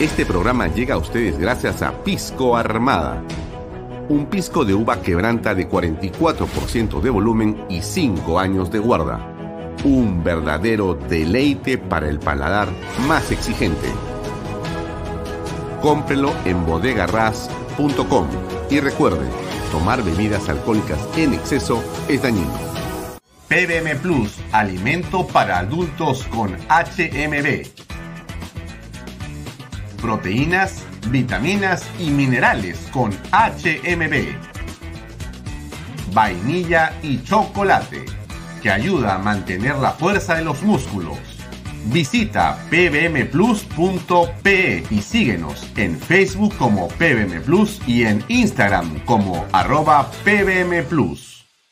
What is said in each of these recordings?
Este programa llega a ustedes gracias a Pisco Armada. Un pisco de uva quebranta de 44% de volumen y 5 años de guarda. Un verdadero deleite para el paladar más exigente. Cómprelo en bodegarras.com y recuerde, tomar bebidas alcohólicas en exceso es dañino. PBM Plus, alimento para adultos con HMB. Proteínas, vitaminas y minerales con HMB. Vainilla y chocolate, que ayuda a mantener la fuerza de los músculos. Visita pbmplus.pe y síguenos en Facebook como PBM Plus y en Instagram como @pbmplus.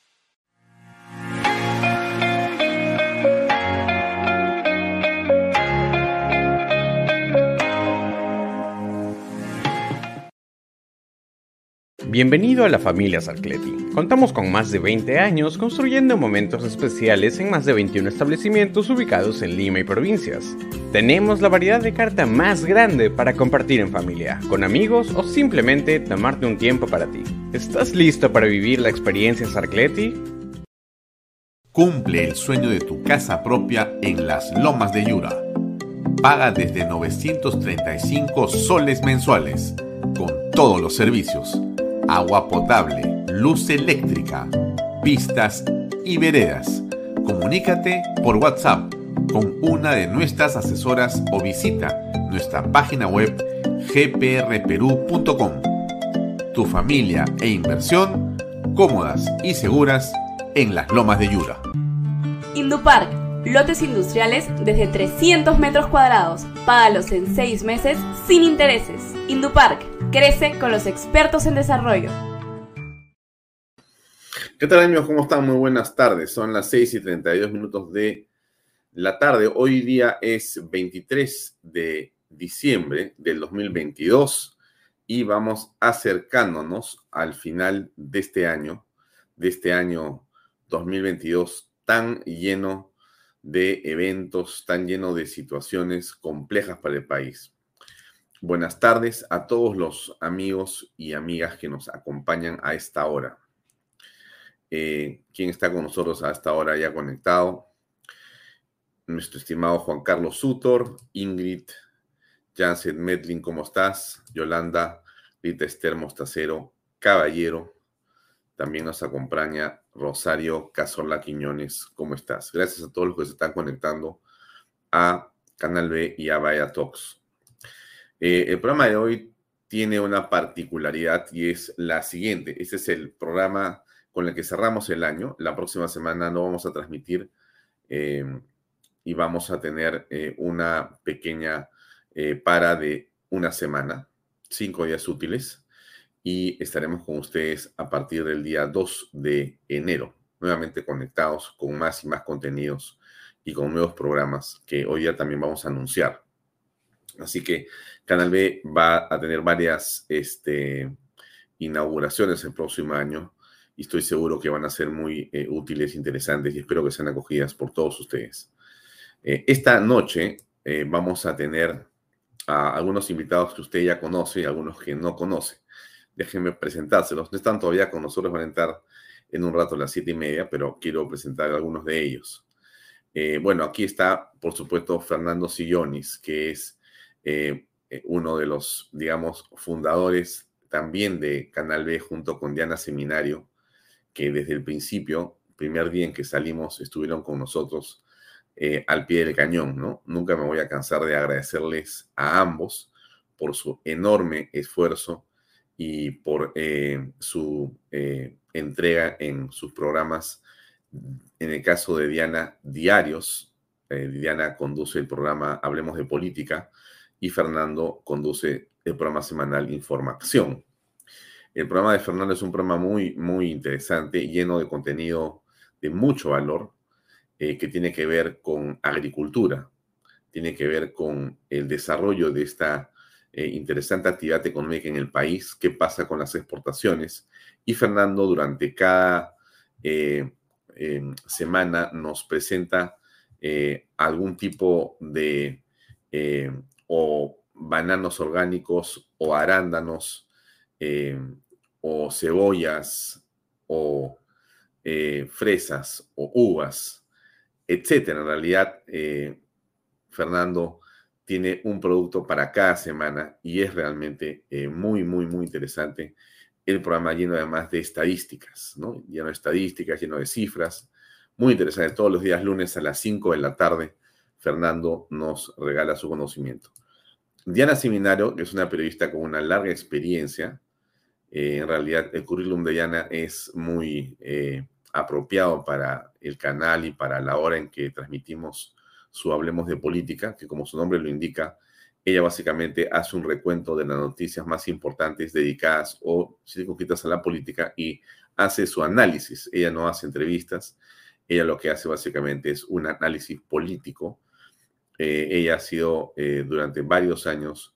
Bienvenido a la familia Sarcleti. Contamos con más de 20 años construyendo momentos especiales en más de 21 establecimientos ubicados en Lima y provincias. Tenemos la variedad de carta más grande para compartir en familia, con amigos o simplemente tomarte un tiempo para ti. ¿Estás listo para vivir la experiencia Sarcleti? Cumple el sueño de tu casa propia en las Lomas de Yura. Paga desde 935 soles mensuales, con todos los servicios. Agua potable, luz eléctrica, pistas y veredas. Comunícate por WhatsApp con una de nuestras asesoras o visita nuestra página web gprperú.com. Tu familia e inversión cómodas y seguras en las Lomas de Yura. Indupark, lotes industriales desde 300 metros cuadrados. Págalos en 6 meses sin intereses. Indupark, crece con los expertos en desarrollo. ¿Qué tal, amigos? ¿Cómo están? Muy buenas tardes. Son las 6:32 de la tarde. Hoy día es 23 de diciembre del 2022 y vamos acercándonos al final de este año 2022 tan lleno de eventos, tan lleno de situaciones complejas para el país. Buenas tardes a todos los amigos y amigas que nos acompañan a esta hora. ¿Quién está con nosotros a esta hora ya conectado? Nuestro estimado Juan Carlos Sutor, Ingrid Janset Medlin, ¿cómo estás? Yolanda, Rita Esther Mostacero, Caballero. También nos acompaña Rosario Cazorla Quiñones, ¿cómo estás? Gracias a todos los que se están conectando a Canal B y a Vaya Talks. El programa de hoy tiene una particularidad y es la siguiente. Este es el programa con el que cerramos el año. La próxima semana no vamos a transmitir y vamos a tener una pequeña para de una semana, 5 días útiles, y estaremos con ustedes a partir del día 2 de enero, nuevamente conectados con más y más contenidos y con nuevos programas que hoy ya también vamos a anunciar. Así que Canal B va a tener varias inauguraciones el próximo año y estoy seguro que van a ser muy útiles, interesantes y espero que sean acogidas por todos ustedes. Esta noche vamos a tener a algunos invitados que usted ya conoce y algunos que no conoce. Déjenme presentárselos. No están todavía con nosotros, van a entrar en un rato a las 7:30, pero quiero presentar a algunos de ellos. Bueno, aquí está, por supuesto, Fernando Sillonis, que es uno de los, digamos, fundadores también de Canal B junto con Diana Seminario, que desde el principio, primer día en que salimos, estuvieron con nosotros al pie del cañón, ¿no? Nunca me voy a cansar de agradecerles a ambos por su enorme esfuerzo y por su entrega en sus programas. En el caso de Diana, diarios. Diana conduce el programa Hablemos de Política y Fernando conduce el programa semanal Información. El programa de Fernando es un programa muy, muy interesante, lleno de contenido de mucho valor, que tiene que ver con agricultura, tiene que ver con el desarrollo de esta interesante actividad económica en el país, qué pasa con las exportaciones. Y Fernando durante cada semana nos presenta algún tipo de o bananos orgánicos o arándanos o cebollas o fresas o uvas, etcétera. En realidad, Fernando tiene un producto para cada semana y es realmente muy, muy, muy interesante. El programa lleno además de estadísticas, ¿no? Lleno de estadísticas, lleno de cifras. Muy interesante. Todos los días lunes a las 5 de la tarde, Fernando nos regala su conocimiento. Diana Seminario, que es una periodista con una larga experiencia, en realidad el currículum de Diana es muy apropiado para el canal y para la hora en que transmitimos su Hablemos de Política, que como su nombre lo indica, ella básicamente hace un recuento de las noticias más importantes dedicadas o circunscritas a la política y hace su análisis. Ella no hace entrevistas, ella lo que hace básicamente es un análisis político. Ella ha sido durante varios años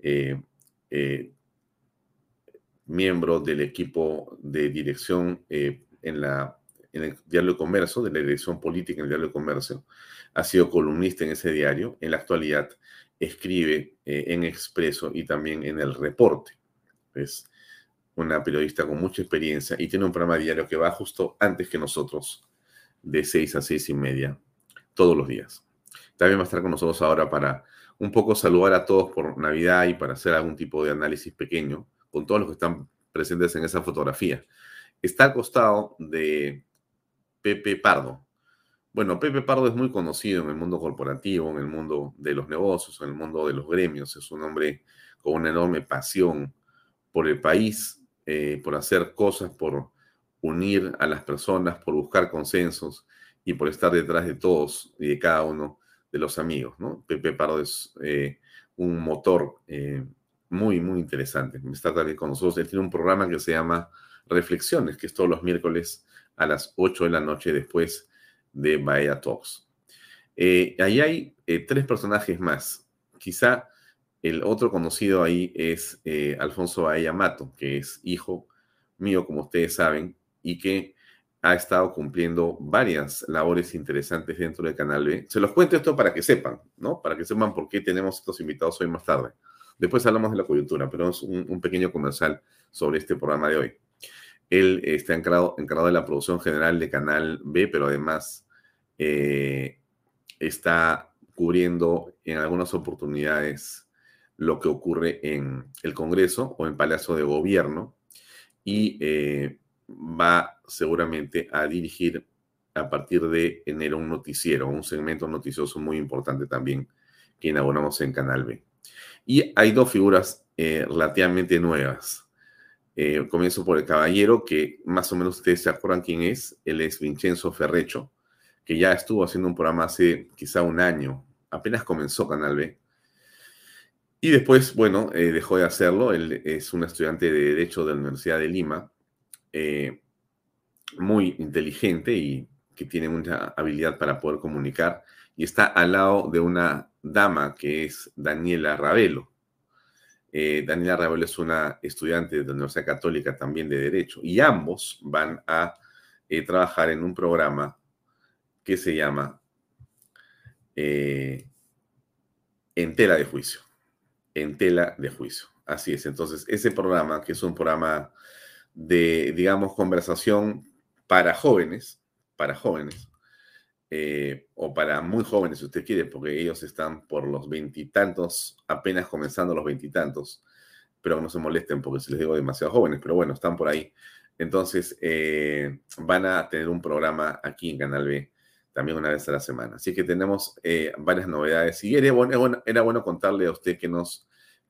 miembro del equipo de dirección en el Diario de Comercio, de la dirección política en el Diario de Comercio. Ha sido columnista en ese diario. En la actualidad escribe en Expreso y también en El Reporte. Es una periodista con mucha experiencia y tiene un programa diario que va justo antes que nosotros, de 6 a 6:30, todos los días. También va a estar con nosotros ahora para un poco saludar a todos por Navidad y para hacer algún tipo de análisis pequeño con todos los que están presentes en esa fotografía. Está al costado de Pepe Pardo. Bueno, Pepe Pardo es muy conocido en el mundo corporativo, en el mundo de los negocios, en el mundo de los gremios. Es un hombre con una enorme pasión por el país, por hacer cosas, por unir a las personas, por buscar consensos y por estar detrás de todos y de cada uno de los amigos, ¿no? Pepe Pardo es un motor muy, muy interesante. Está también con nosotros. Él tiene un programa que se llama Reflexiones, que es todos los miércoles a las 8 de la noche después de Bahía Talks. Ahí hay 3 personajes más. Quizá el otro conocido ahí es Alfonso Baella Mato, que es hijo mío, como ustedes saben, y que ha estado cumpliendo varias labores interesantes dentro del Canal B. Se los cuento esto para que sepan, ¿no? Para que sepan por qué tenemos estos invitados hoy más tarde. Después hablamos de la coyuntura, pero es un pequeño comercial sobre este programa de hoy. Él está encargado de la producción general de Canal B, pero además está cubriendo en algunas oportunidades lo que ocurre en el Congreso o en Palacio de Gobierno y va seguramente a dirigir a partir de enero un noticiero, un segmento noticioso muy importante también que inauguramos en Canal B. Y hay 2 figuras relativamente nuevas. Comienzo por el caballero, que más o menos ustedes se acuerdan quién es. Él es Vincenzo Ferrecho, que ya estuvo haciendo un programa hace quizá un año. Apenas comenzó Canal B. Y después, bueno, dejó de hacerlo. Él es un estudiante de Derecho de la Universidad de Lima, muy inteligente y que tiene mucha habilidad para poder comunicar. Y está al lado de una dama que es Daniela Ravelo. Daniela Ravelo es una estudiante de la Universidad Católica también de Derecho. Y ambos van a trabajar en un programa que se llama En Tela de Juicio. En Tela de Juicio. Así es. Entonces, ese programa, que es un programa de, digamos, conversación para jóvenes, o para muy jóvenes, si usted quiere, porque ellos están por los 20 y tantos, apenas comenzando los 20 y tantos, pero no se molesten porque si les digo demasiado jóvenes, pero bueno, están por ahí. Entonces, van a tener un programa aquí en Canal B, también una vez a la semana. Así que tenemos varias novedades. Y era bueno contarle a usted que nos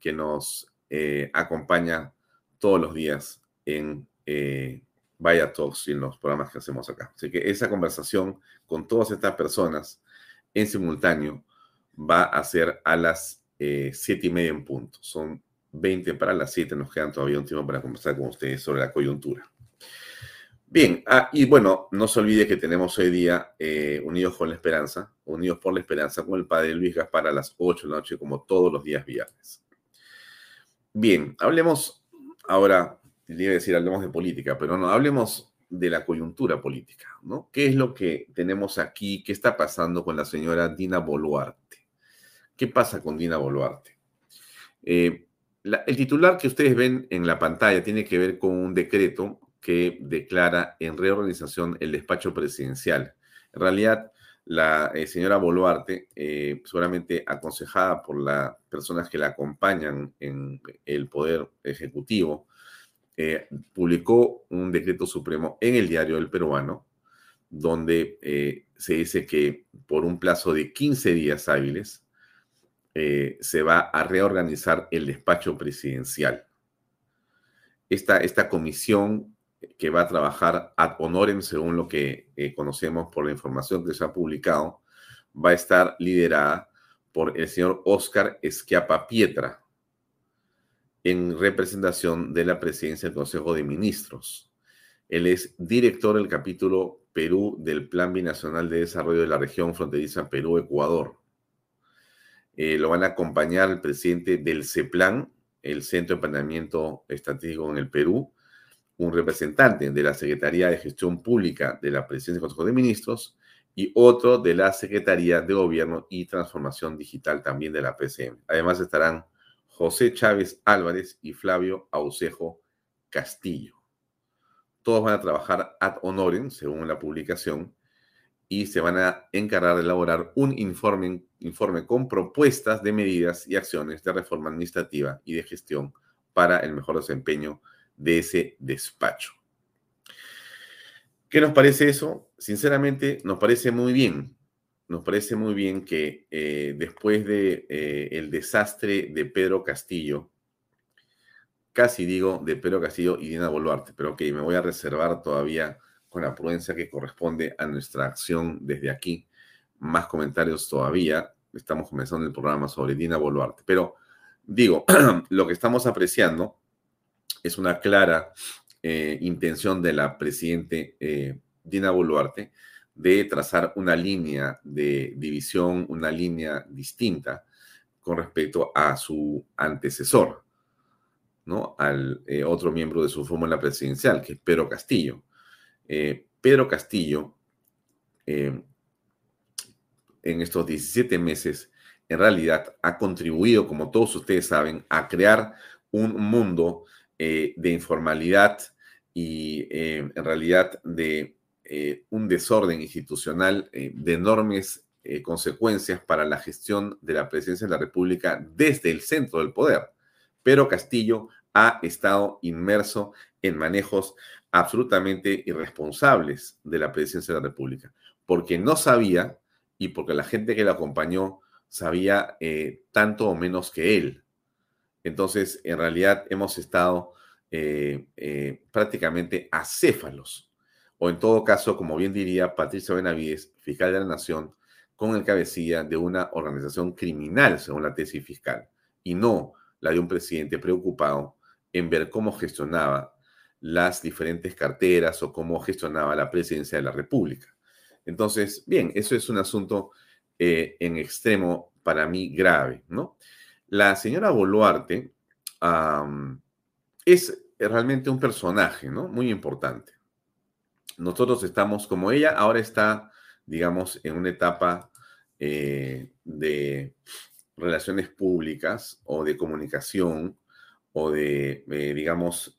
acompaña todos los días en Bahía Talks y en los programas que hacemos acá. Así que esa conversación con todas estas personas en simultáneo va a ser a las 7:30 en punto. Son 20 para las 7, nos quedan todavía un tiempo para conversar con ustedes sobre la coyuntura. Bien, y bueno, no se olvide que tenemos hoy día Unidos por la Esperanza con el padre Luis Gaspar a las 8 de la noche, como todos los días viernes. Bien, hablemos ahora, le iba a decir, hablemos de política, pero no, hablemos de la coyuntura política, ¿no? ¿Qué es lo que tenemos aquí? ¿Qué está pasando con la señora Dina Boluarte? ¿Qué pasa con Dina Boluarte? El titular que ustedes ven en la pantalla tiene que ver con un decreto que declara en reorganización el despacho presidencial. En realidad, la señora Boluarte, seguramente aconsejada por las personas que la acompañan en el Poder Ejecutivo, publicó un decreto supremo en el Diario del Peruano, donde se dice que por un plazo de 15 días hábiles se va a reorganizar el despacho presidencial. Esta comisión que va a trabajar ad honorem, según lo que conocemos por la información que se ha publicado, va a estar liderada por el señor Óscar Schiappa Pietra, en representación de la presidencia del Consejo de Ministros. Él es director del capítulo Perú del Plan Binacional de Desarrollo de la región fronteriza Perú-Ecuador. Lo van a acompañar el presidente del CEPLAN, el Centro de Planeamiento Estratégico en el Perú, un representante de la Secretaría de Gestión Pública de la Presidencia del Consejo de Ministros y otro de la Secretaría de Gobierno y Transformación Digital también de la PCM. Además estarán José Chávez Álvarez y Flavio Aucejo Castillo. Todos van a trabajar ad honorem, según la publicación, y se van a encargar de elaborar un informe con propuestas de medidas y acciones de reforma administrativa y de gestión para el mejor desempeño de ese despacho. ¿Qué nos parece eso? Sinceramente, nos parece muy bien. Nos parece muy bien que después de el desastre de Pedro Castillo, casi digo de Pedro Castillo y Dina Boluarte, pero ok, me voy a reservar todavía con la prudencia que corresponde a nuestra acción desde aquí. Más comentarios todavía. Estamos comenzando el programa sobre Dina Boluarte. Pero digo, lo que estamos apreciando es una clara intención de la presidente Dina Boluarte de trazar una línea de división, una línea distinta con respecto a su antecesor, ¿no? Al otro miembro de su fórmula presidencial, que es Pedro Castillo. Pedro Castillo, en estos 17 meses, en realidad ha contribuido, como todos ustedes saben, a crear un mundo de informalidad y en realidad de un desorden institucional de enormes consecuencias para la gestión de la presidencia de la República desde el centro del poder. Pedro Castillo ha estado inmerso en manejos absolutamente irresponsables de la presidencia de la República, porque no sabía y porque la gente que lo acompañó sabía tanto o menos que él. Entonces, en realidad hemos estado prácticamente acéfalos, o en todo caso, como bien diría Patricia Benavides, fiscal de la Nación, con el cabecilla de una organización criminal, según la tesis fiscal, y no la de un presidente preocupado en ver cómo gestionaba las diferentes carteras o cómo gestionaba la presidencia de la República. Entonces, bien, eso es un asunto en extremo para mí grave, ¿no? La señora Boluarte es realmente un personaje, ¿no? Muy importante. Nosotros estamos, como ella ahora está, digamos, en una etapa de relaciones públicas o de comunicación o de, digamos,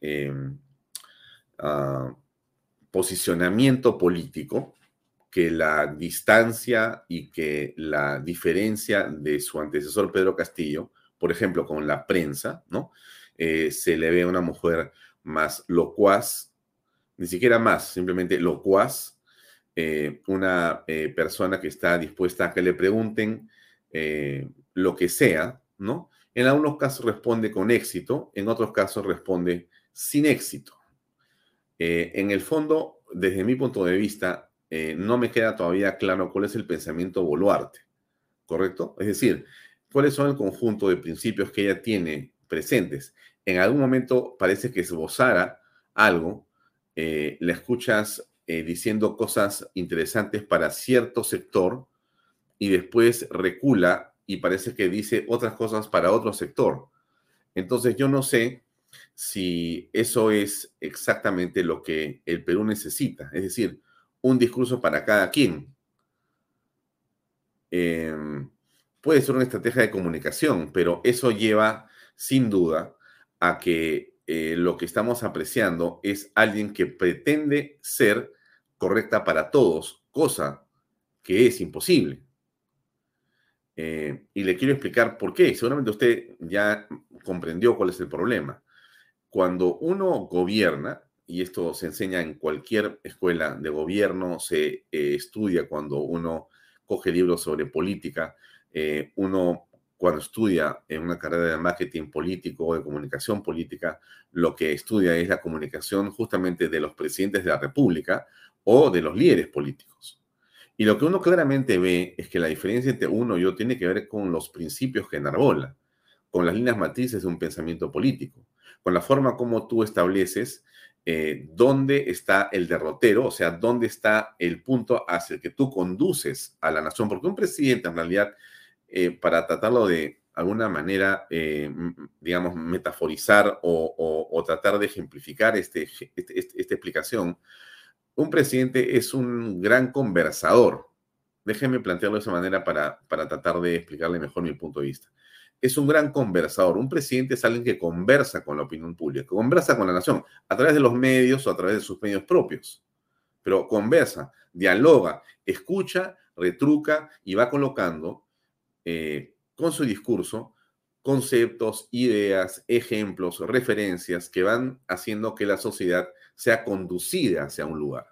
posicionamiento político, que la distancia y que la diferencia de su antecesor Pedro Castillo, por ejemplo, con la prensa, ¿no? Se le ve a una mujer más locuaz, ni siquiera más, simplemente locuaz, una persona que está dispuesta a que le pregunten lo que sea, ¿no? En algunos casos responde con éxito, en otros casos responde sin éxito. En el fondo, desde mi punto de vista, no me queda todavía claro cuál es el pensamiento Boluarte, ¿correcto? Es decir, cuáles son el conjunto de principios que ella tiene presentes. En algún momento parece que esbozara algo, la escuchas diciendo cosas interesantes para cierto sector y después recula y parece que dice otras cosas para otro sector. Entonces yo no sé si eso es exactamente lo que el Perú necesita, es decir, un discurso para cada quien. Puede ser una estrategia de comunicación, pero eso lleva sin duda, a que lo que estamos apreciando es alguien que pretende ser correcta para todos, cosa que es imposible. Y le quiero explicar por qué. Seguramente usted ya comprendió cuál es el problema. Cuando uno gobierna, y esto se enseña en cualquier escuela de gobierno, se estudia cuando uno coge libros sobre política, uno cuando estudia en una carrera de marketing político o de comunicación política, lo que estudia es la comunicación justamente de los presidentes de la República o de los líderes políticos. Y lo que uno claramente ve es que la diferencia entre uno y otro tiene que ver con los principios que enarbola, con las líneas matrices de un pensamiento político, con la forma como tú estableces dónde está el derrotero, o sea, dónde está el punto hacia el que tú conduces a la nación. Porque un presidente, en realidad, para tratarlo de alguna manera, digamos, metaforizar o tratar de ejemplificar esta explicación, un presidente es un gran conversador. Déjenme plantearlo de esa manera para tratar de explicarle mejor mi punto de vista. Es un gran conversador. Un presidente es alguien que conversa con la opinión pública, que conversa con la nación a través de los medios o a través de sus medios propios. Pero conversa, dialoga, escucha, retruca y va colocando con su discurso conceptos, ideas, ejemplos, referencias que van haciendo que la sociedad sea conducida hacia un lugar.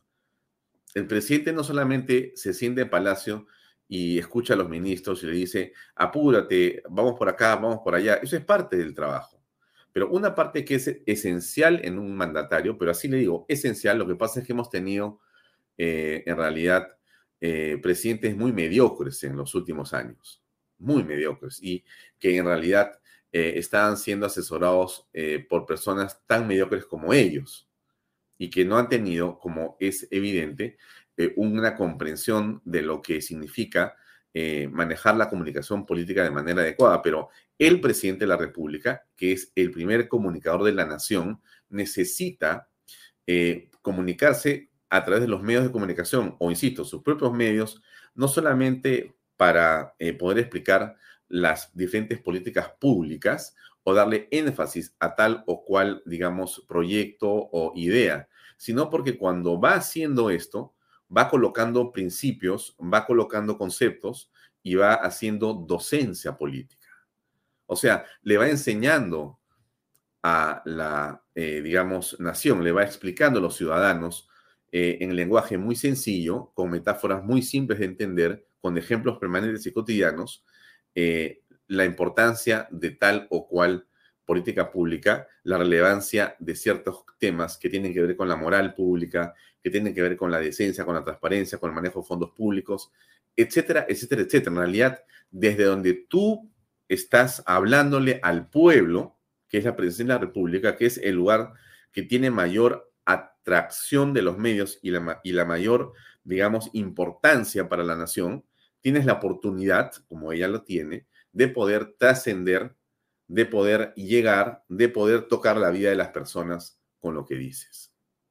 El presidente no solamente se siente en palacio y escucha a los ministros y le dice, apúrate, vamos por acá, vamos por allá. Eso es parte del trabajo. Pero una parte que es esencial en un mandatario, pero así le digo, esencial, lo que pasa es que hemos tenido en realidad presidentes muy mediocres en los últimos años, muy mediocres, y que en realidad estaban siendo asesorados por personas tan mediocres como ellos y que no han tenido, como es evidente, una comprensión de lo que significa manejar la comunicación política de manera adecuada. Pero el presidente de la República, que es el primer comunicador de la nación, necesita comunicarse a través de los medios de comunicación, o insisto, sus propios medios, no solamente para poder explicar las diferentes políticas públicas o darle énfasis a tal o cual, digamos, proyecto o idea, sino porque cuando va haciendo esto, va colocando principios, va colocando conceptos y va haciendo docencia política. O sea, le va enseñando a la, digamos, nación, le va explicando a los ciudadanos en lenguaje muy sencillo, con metáforas muy simples de entender, con ejemplos permanentes y cotidianos, la importancia de tal o cual política pública, la relevancia de ciertos temas que tienen que ver con la moral pública, que tienen que ver con la decencia, con la transparencia, con el manejo de fondos públicos, etcétera, etcétera, etcétera. En realidad, desde donde tú estás hablándole al pueblo, que es la presidencia de la República, que es el lugar que tiene mayor atracción de los medios y la mayor, digamos, importancia para la nación, tienes la oportunidad, como ella lo tiene, de poder trascender, de poder llegar, de poder tocar la vida de las personas con lo que dices.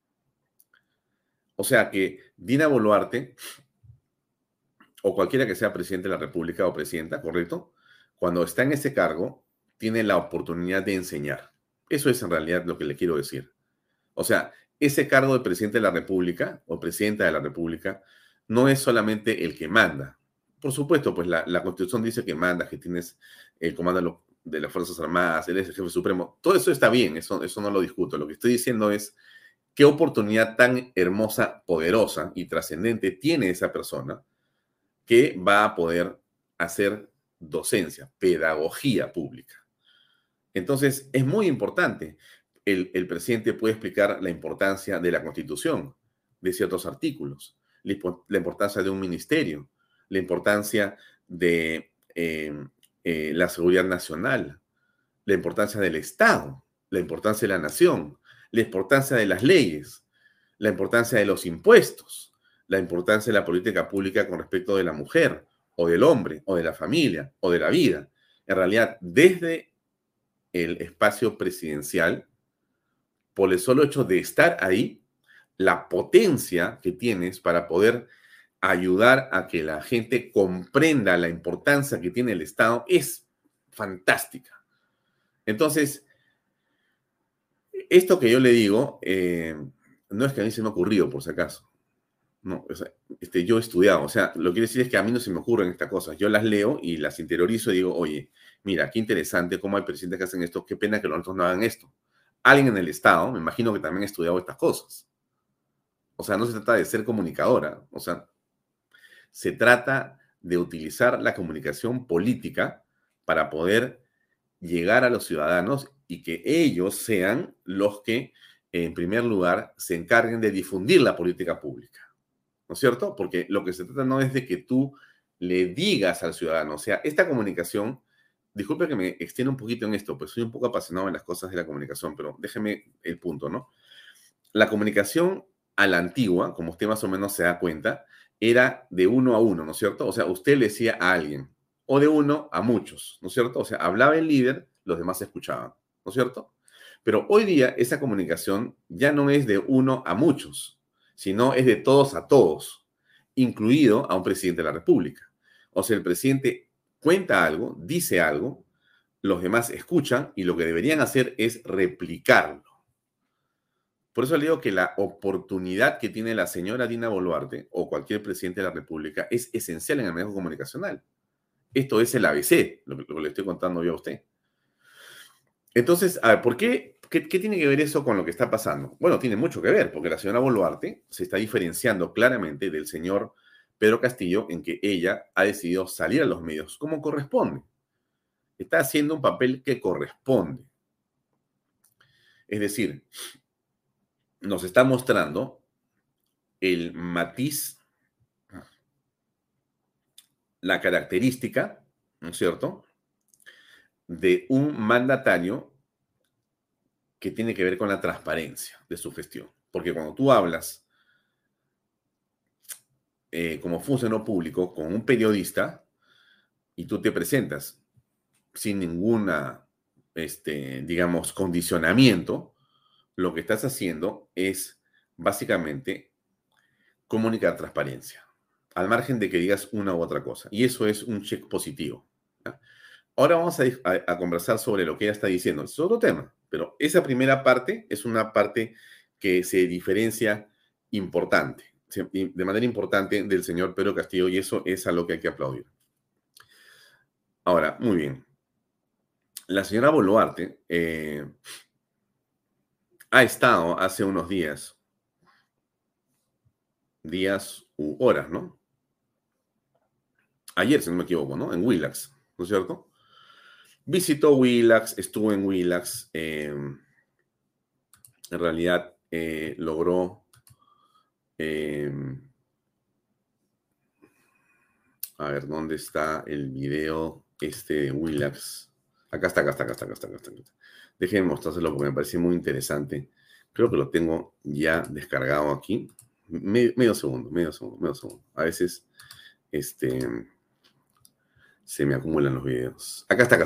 O sea que Dina Boluarte, o cualquiera que sea presidente de la República o presidenta, ¿correcto? Cuando está en ese cargo, tiene la oportunidad de enseñar. Eso es en realidad lo que le quiero decir. O sea, ese cargo de presidente de la República o presidenta de la República no es solamente el que manda. Por supuesto, pues la Constitución dice que manda, que tienes el comando de las Fuerzas Armadas, eres el jefe supremo. Todo eso está bien, eso no lo discuto. Lo que estoy diciendo es qué oportunidad tan hermosa, poderosa y trascendente tiene esa persona que va a poder hacer docencia, pedagogía pública. Entonces, es muy importante. El presidente puede explicar la importancia de la Constitución, de ciertos artículos, la importancia de un ministerio, la importancia de la seguridad nacional, la importancia del Estado, la importancia de la nación, la importancia de las leyes, la importancia de los impuestos, la importancia de la política pública con respecto de la mujer, o del hombre, o de la familia, o de la vida. En realidad, desde el espacio presidencial, por el solo hecho de estar ahí, la potencia que tienes para poder ayudar a que la gente comprenda la importancia que tiene el Estado es fantástica. Entonces, esto que yo le digo, no es que a mí se me ha ocurrido, por si acaso. No, o sea, yo he estudiado, o sea, lo que quiero decir es que a mí no se me ocurren estas cosas. Yo las leo y las interiorizo y digo, oye, mira, qué interesante cómo hay presidentes que hacen esto, qué pena que los otros no hagan esto. Alguien en el Estado, me imagino que también ha estudiado estas cosas. O sea, no se trata de ser comunicadora, o sea, se trata de utilizar la comunicación política para poder llegar a los ciudadanos y que ellos sean los que, en primer lugar, se encarguen de difundir la política pública. ¿No es cierto? Porque lo que se trata no es de que tú le digas al ciudadano, o sea, esta comunicación, disculpe que me extienda un poquito en esto, pues soy un poco apasionado en las cosas de la comunicación, pero déjeme el punto, ¿no? La comunicación a la antigua, como usted más o menos se da cuenta, era de uno a uno, ¿no es cierto? O sea, usted le decía a alguien, o de uno a muchos, ¿no es cierto? O sea, hablaba el líder, los demás escuchaban, ¿no es cierto? Pero hoy día esa comunicación ya no es de uno a muchos, sino es de todos a todos, incluido a un presidente de la República. O sea, el presidente cuenta algo, dice algo, los demás escuchan y lo que deberían hacer es replicarlo. Por eso le digo que la oportunidad que tiene la señora Dina Boluarte o cualquier presidente de la República es esencial en el manejo comunicacional. Esto es el ABC, lo que le estoy contando yo a usted. Entonces, a ver, ¿por qué? ¿Qué tiene que ver eso con lo que está pasando? Bueno, tiene mucho que ver, porque la señora Boluarte se está diferenciando claramente del señor Pedro Castillo en que ella ha decidido salir a los medios como corresponde. Está haciendo un papel que corresponde. Es decir, nos está mostrando el matiz, la característica, ¿no es cierto?, de un mandatario que tiene que ver con la transparencia de su gestión. Porque cuando tú hablas como funcionario público con un periodista y tú te presentas sin ninguna, digamos, condicionamiento, lo que estás haciendo es básicamente comunicar transparencia, al margen de que digas una u otra cosa. Y eso es un check positivo. ¿Ya? Ahora vamos a conversar sobre lo que ella está diciendo. Es otro tema, pero esa primera parte es una parte que se diferencia importante, de manera importante del señor Pedro Castillo, y eso es a lo que hay que aplaudir. Ahora, muy bien. La señora Boluarte ha estado hace unos días u horas, ¿no? Ayer, si no me equivoco, ¿no? En Willax, ¿no es cierto? Visitó Willax, estuvo en Willax, en realidad logró, a ver, ¿dónde está el video de Willax? Acá está. Déjenme mostrárselo porque me parece muy interesante. Creo que lo tengo ya descargado aquí. Medio segundo. A veces, se me acumulan los videos. Acá está.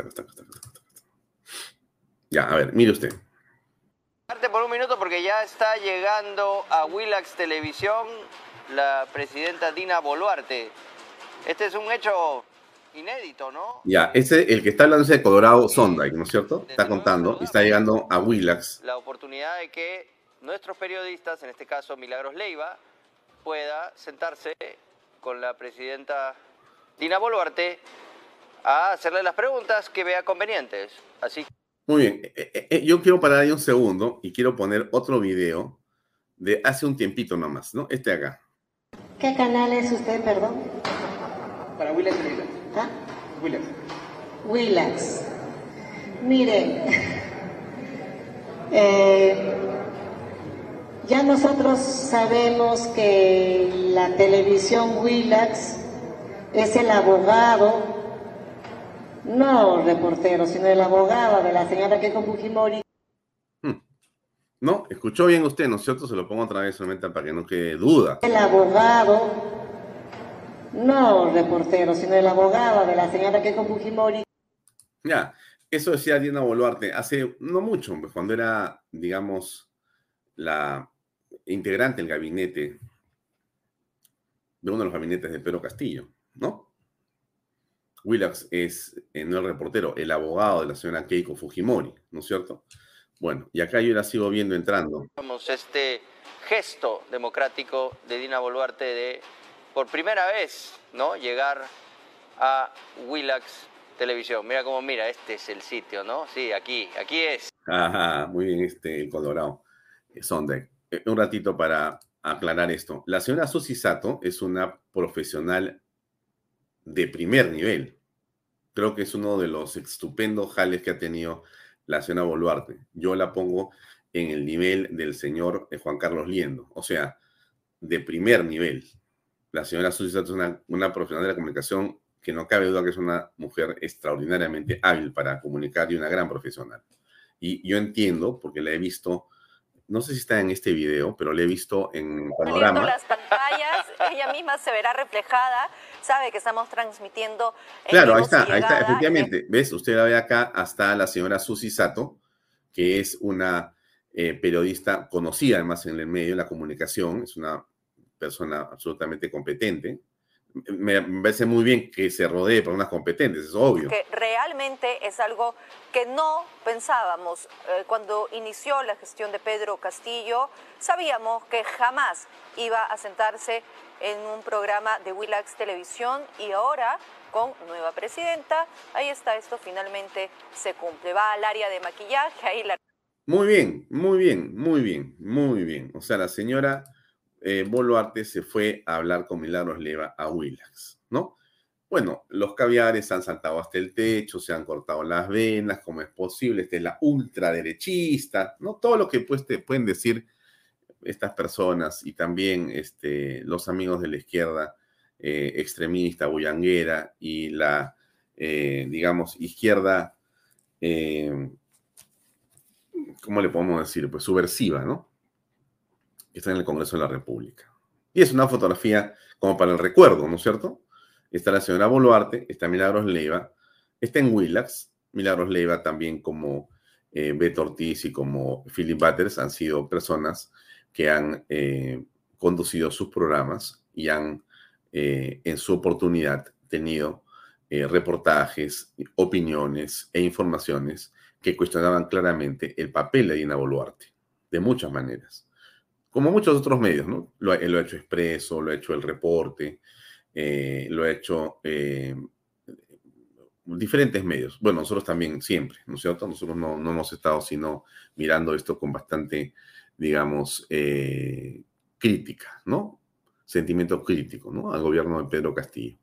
Ya, a ver, mire usted. Por un minuto porque ya está llegando a Willax Televisión la presidenta Dina Boluarte. Este es un hecho inédito, ¿no? Ya, el que está hablando es de Colorado Sondike, ¿no es cierto? Está contando y está llegando a Willax. La oportunidad de que nuestros periodistas, en este caso Milagros Leiva, pueda sentarse con la presidenta Dina Boluarte a hacerle las preguntas que vea convenientes. Así. Muy bien, yo quiero parar ahí un segundo y quiero poner otro video de hace un tiempito nomás, ¿no? Acá. ¿Qué canal es usted, perdón? Para Willax Leiva. ¿Ah? Willax. Willax. Mire, ya nosotros sabemos que la televisión Willax es el abogado, no reportero, sino el abogado de la señora Keiko Fujimori. No, escuchó bien usted, ¿no es cierto? Se lo pongo otra vez solamente para que no quede duda. El abogado, no reportero, sino el abogado de la señora Keiko Fujimori. Ya, eso decía Dina Boluarte hace no mucho, pues, cuando era, digamos, la integrante del gabinete, de uno de los gabinetes de Pedro Castillo, ¿no? Willax es, no el reportero, el abogado de la señora Keiko Fujimori, ¿no es cierto? Bueno, y acá yo la sigo viendo entrando. Este gesto democrático de Dina Boluarte de, por primera vez, ¿no?, llegar a Willax Televisión. Mira cómo mira, este es el sitio, ¿no? Sí, aquí es. Ajá, muy bien, el Colorado. Sondheim. Un ratito para aclarar esto. La señora Susi Sato es una profesional de primer nivel. Creo que es uno de los estupendos jales que ha tenido la señora Boluarte. Yo la pongo en el nivel del señor Juan Carlos Liendo, o sea, de primer nivel. La señora Susi Sato es una profesional de la comunicación que no cabe duda que es una mujer extraordinariamente hábil para comunicar y una gran profesional. Y yo entiendo, porque la he visto, no sé si está en este video, pero la he visto en Panorama. Las pantallas, ella misma se verá reflejada, sabe que estamos transmitiendo. Claro, ahí está, efectivamente. ¿Ves? Usted la ve acá, hasta la señora Susi Sato, que es una periodista conocida además en el medio de la comunicación, es una persona absolutamente competente. Me parece muy bien que se rodee por unas competentes, es obvio. Que realmente es algo que no pensábamos. Cuando inició la gestión de Pedro Castillo, sabíamos que jamás iba a sentarse en un programa de Willax Televisión, y ahora, con nueva presidenta, ahí está, esto finalmente se cumple. Va al área de maquillaje, ahí la... Muy bien, muy bien, muy bien, muy bien. O sea, la señora Boluarte se fue a hablar con Milagros Leiva a Willax, ¿no? Bueno, los caviares han saltado hasta el techo, se han cortado las venas, ¿cómo es posible? Esta es la ultraderechista, ¿no? Todo lo que pues, te pueden decir estas personas y también los amigos de la izquierda extremista, bullanguera y la, digamos, izquierda, ¿cómo le podemos decir? Pues subversiva, ¿no? Que está en el Congreso de la República. Y es una fotografía como para el recuerdo, ¿no es cierto? Está la señora Boluarte, está Milagros Leiva, está en Willax. Milagros Leiva también, como Beto Ortiz y como Philip Butters, han sido personas que han conducido sus programas y han en su oportunidad tenido reportajes, opiniones e informaciones que cuestionaban claramente el papel de Dina Boluarte, de muchas maneras. Como muchos otros medios, ¿no? Lo ha hecho Expreso, lo ha hecho El Reporte, lo ha hecho diferentes medios. Bueno, nosotros también siempre, ¿no es cierto? Nosotros no hemos estado sino mirando esto con bastante, digamos, crítica, ¿no? Sentimiento crítico, ¿no? Al gobierno de Pedro Castillo.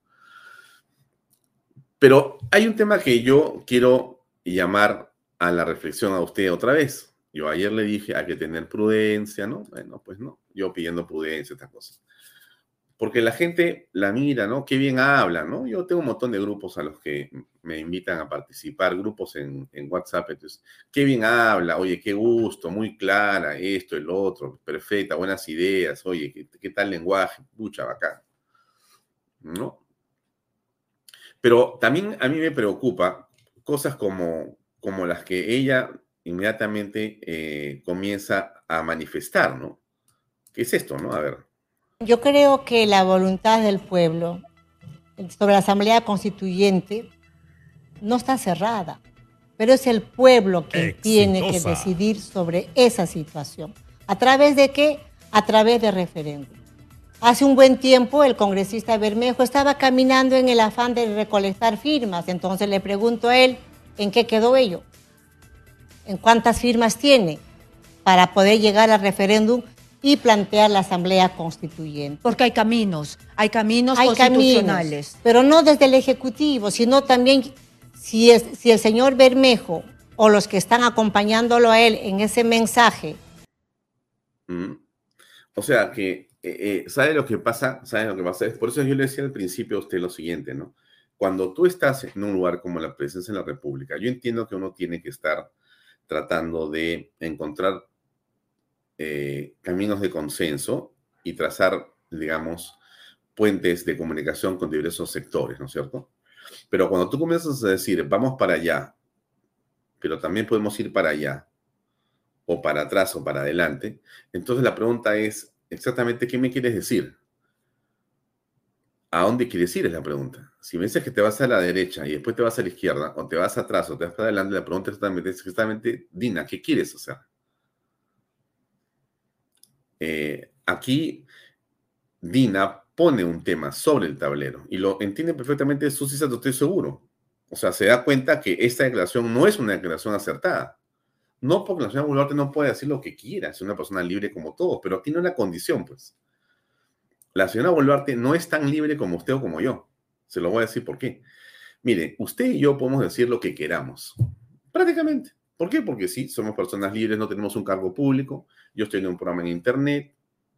Pero hay un tema que yo quiero llamar a la reflexión a usted otra vez. Yo ayer le dije, hay que tener prudencia, ¿no? Bueno, pues no, yo pidiendo prudencia, estas cosas. Porque la gente la mira, ¿no? Qué bien habla, ¿no? Yo tengo un montón de grupos a los que me invitan a participar, grupos en WhatsApp, entonces, qué bien habla, oye, qué gusto, muy clara, esto, el otro, perfecta, buenas ideas, oye, qué tal lenguaje, pucha, bacán, ¿no? Pero también a mí me preocupa cosas como las que ella inmediatamente comienza a manifestar, ¿no? ¿Qué es esto, no? A ver. Yo creo que la voluntad del pueblo sobre la Asamblea Constituyente no está cerrada, pero es el pueblo quien tiene que decidir sobre esa situación. ¿A través de qué? A través de referéndum. Hace un buen tiempo el congresista Bermejo estaba caminando en el afán de recolectar firmas, entonces le pregunto a él, ¿en qué quedó ello? ¿En cuántas firmas tiene para poder llegar al referéndum y plantear la Asamblea Constituyente? Porque hay caminos constitucionales. Caminos, pero no desde el Ejecutivo, sino también si el señor Bermejo o los que están acompañándolo a él en ese mensaje. O sea que, ¿sabe lo que pasa? ¿Sabe lo que pasa? Por eso yo le decía al principio a usted lo siguiente, ¿no? Cuando tú estás en un lugar como la Presidencia de la República, yo entiendo que uno tiene que estar tratando de encontrar caminos de consenso y trazar, digamos, puentes de comunicación con diversos sectores, ¿no es cierto? Pero cuando tú comienzas a decir, vamos para allá, pero también podemos ir para allá, o para atrás o para adelante, entonces la pregunta es exactamente, ¿qué me quieres decir? ¿A dónde quieres ir? Es la pregunta. Si me dices que te vas a la derecha y después te vas a la izquierda, o te vas atrás o te vas para adelante, la pregunta es exactamente, Dina, ¿qué quieres hacer? Aquí Dina pone un tema sobre el tablero y lo entiende perfectamente Susi Sato, estoy seguro. O sea, se da cuenta que esta declaración no es una declaración acertada. No porque la señora Boluarte no puede decir lo que quiera, es una persona libre como todos, pero tiene una condición, pues. La señora Boluarte no es tan libre como usted o como yo. Se lo voy a decir por qué. Mire, usted y yo podemos decir lo que queramos, prácticamente. ¿Por qué? Porque sí, somos personas libres, no tenemos un cargo público. Yo estoy en un programa en internet,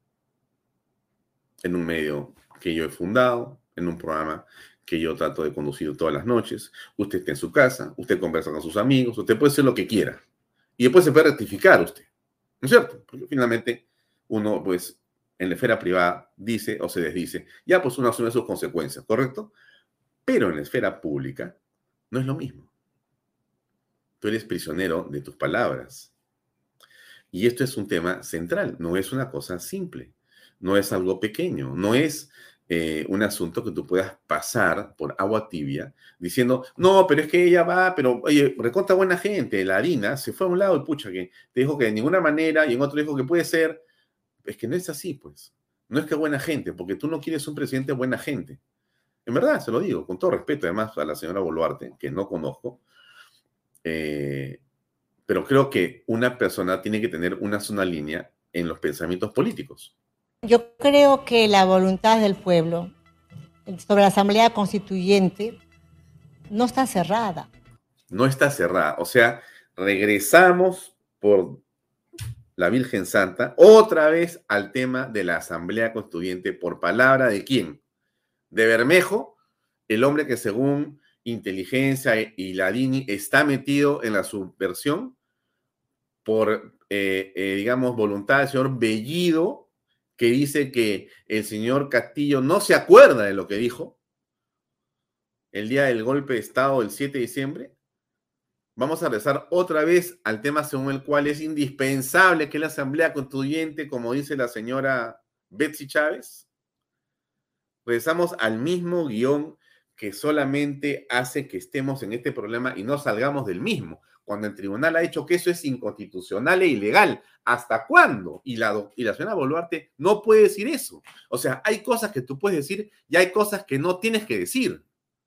en un medio que yo he fundado, en un programa que yo trato de conducir todas las noches. Usted está en su casa, usted conversa con sus amigos, usted puede hacer lo que quiera. Y después se puede rectificar usted, ¿no es cierto? Porque finalmente uno, pues, en la esfera privada dice o se desdice. Ya, pues uno asume sus consecuencias, ¿correcto? Pero en la esfera pública no es lo mismo. Tú eres prisionero de tus palabras. Y esto es un tema central, no es una cosa simple, no es algo pequeño, no es un asunto que tú puedas pasar por agua tibia diciendo, no, pero es que ella va, pero oye, recontra buena gente, la Dina se fue a un lado y pucha, que te dijo que de ninguna manera y en otro dijo que puede ser. Es que no es así, pues. No es que buena gente, porque tú no quieres un presidente buena gente. En verdad, se lo digo, con todo respeto, además, a la señora Boluarte, que no conozco, pero creo que una persona tiene que tener una sola línea en los pensamientos políticos. Yo creo que la voluntad del pueblo sobre la Asamblea Constituyente no está cerrada. No está cerrada. O sea, regresamos por la Virgen Santa otra vez al tema de la Asamblea Constituyente por palabra de quién? De Bermejo, el hombre que según inteligencia y la DINI está metido en la subversión por, digamos, voluntad del señor Bellido, que dice que el señor Castillo no se acuerda de lo que dijo el día del golpe de Estado del 7 de diciembre. Vamos a regresar otra vez al tema según el cual es indispensable que la Asamblea Constituyente, como dice la señora Betsy Chávez. Regresamos al mismo guión que solamente hace que estemos en este problema y no salgamos del mismo, cuando el tribunal ha dicho que eso es inconstitucional e ilegal. ¿Hasta cuándo? Y la señora Boluarte no puede decir eso. O sea, hay cosas que tú puedes decir y hay cosas que no tienes que decir.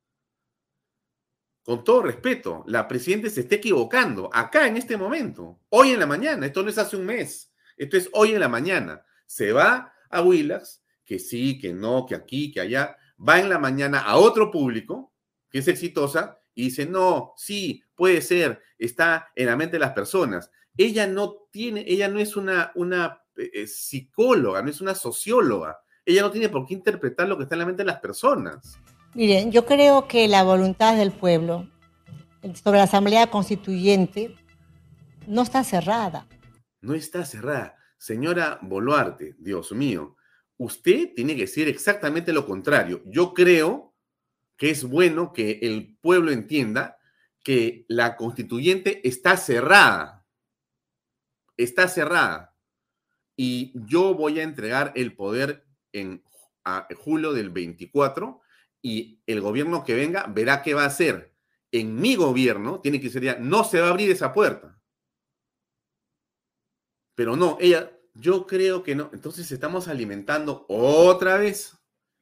Con todo respeto, la presidenta se está equivocando acá en este momento, hoy en la mañana. Esto no es hace un mes, esto es hoy en la mañana. Se va a Willax, que sí, que no, que aquí, que allá. Va en la mañana a otro público, que es exitosa, y dice, no, sí, puede ser, está en la mente de las personas. Ella no es una psicóloga, no es una socióloga. Ella no tiene por qué interpretar lo que está en la mente de las personas. Miren, yo creo que la voluntad del pueblo sobre la Asamblea Constituyente no está cerrada. No está cerrada. Señora Boluarte, Dios mío, usted tiene que decir exactamente lo contrario. Yo creo que es bueno que el pueblo entienda que la constituyente está cerrada. Está cerrada. Y yo voy a entregar el poder a julio del 24 y el gobierno que venga verá qué va a hacer. En mi gobierno tiene que ser ya, no se va a abrir esa puerta. Pero no, yo creo que no. Entonces estamos alimentando otra vez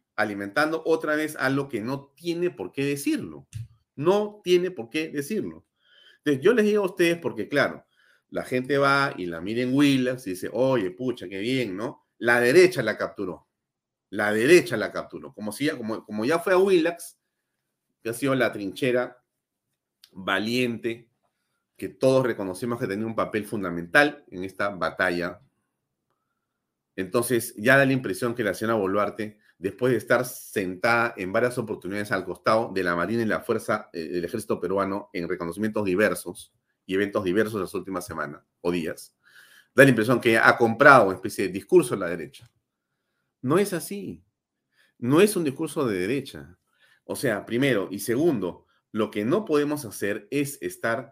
algo que no tiene por qué decirlo. No tiene por qué decirlo. Entonces yo les digo a ustedes porque, claro, la gente va y la mira en Willax y dice, oye, pucha, qué bien, ¿no? La derecha la capturó. La derecha la capturó. Como ya fue a Willax, que ha sido la trinchera valiente, que todos reconocemos que tenía un papel fundamental en esta batalla. Entonces ya da la impresión que la señora Boluarte, después de estar sentada en varias oportunidades al costado de la Marina y la Fuerza del Ejército Peruano en reconocimientos diversos y eventos diversos las últimas semanas o días, da la impresión que ha comprado una especie de discurso de la derecha. No es así. No es un discurso de derecha. O sea, primero y segundo, lo que no podemos hacer es estar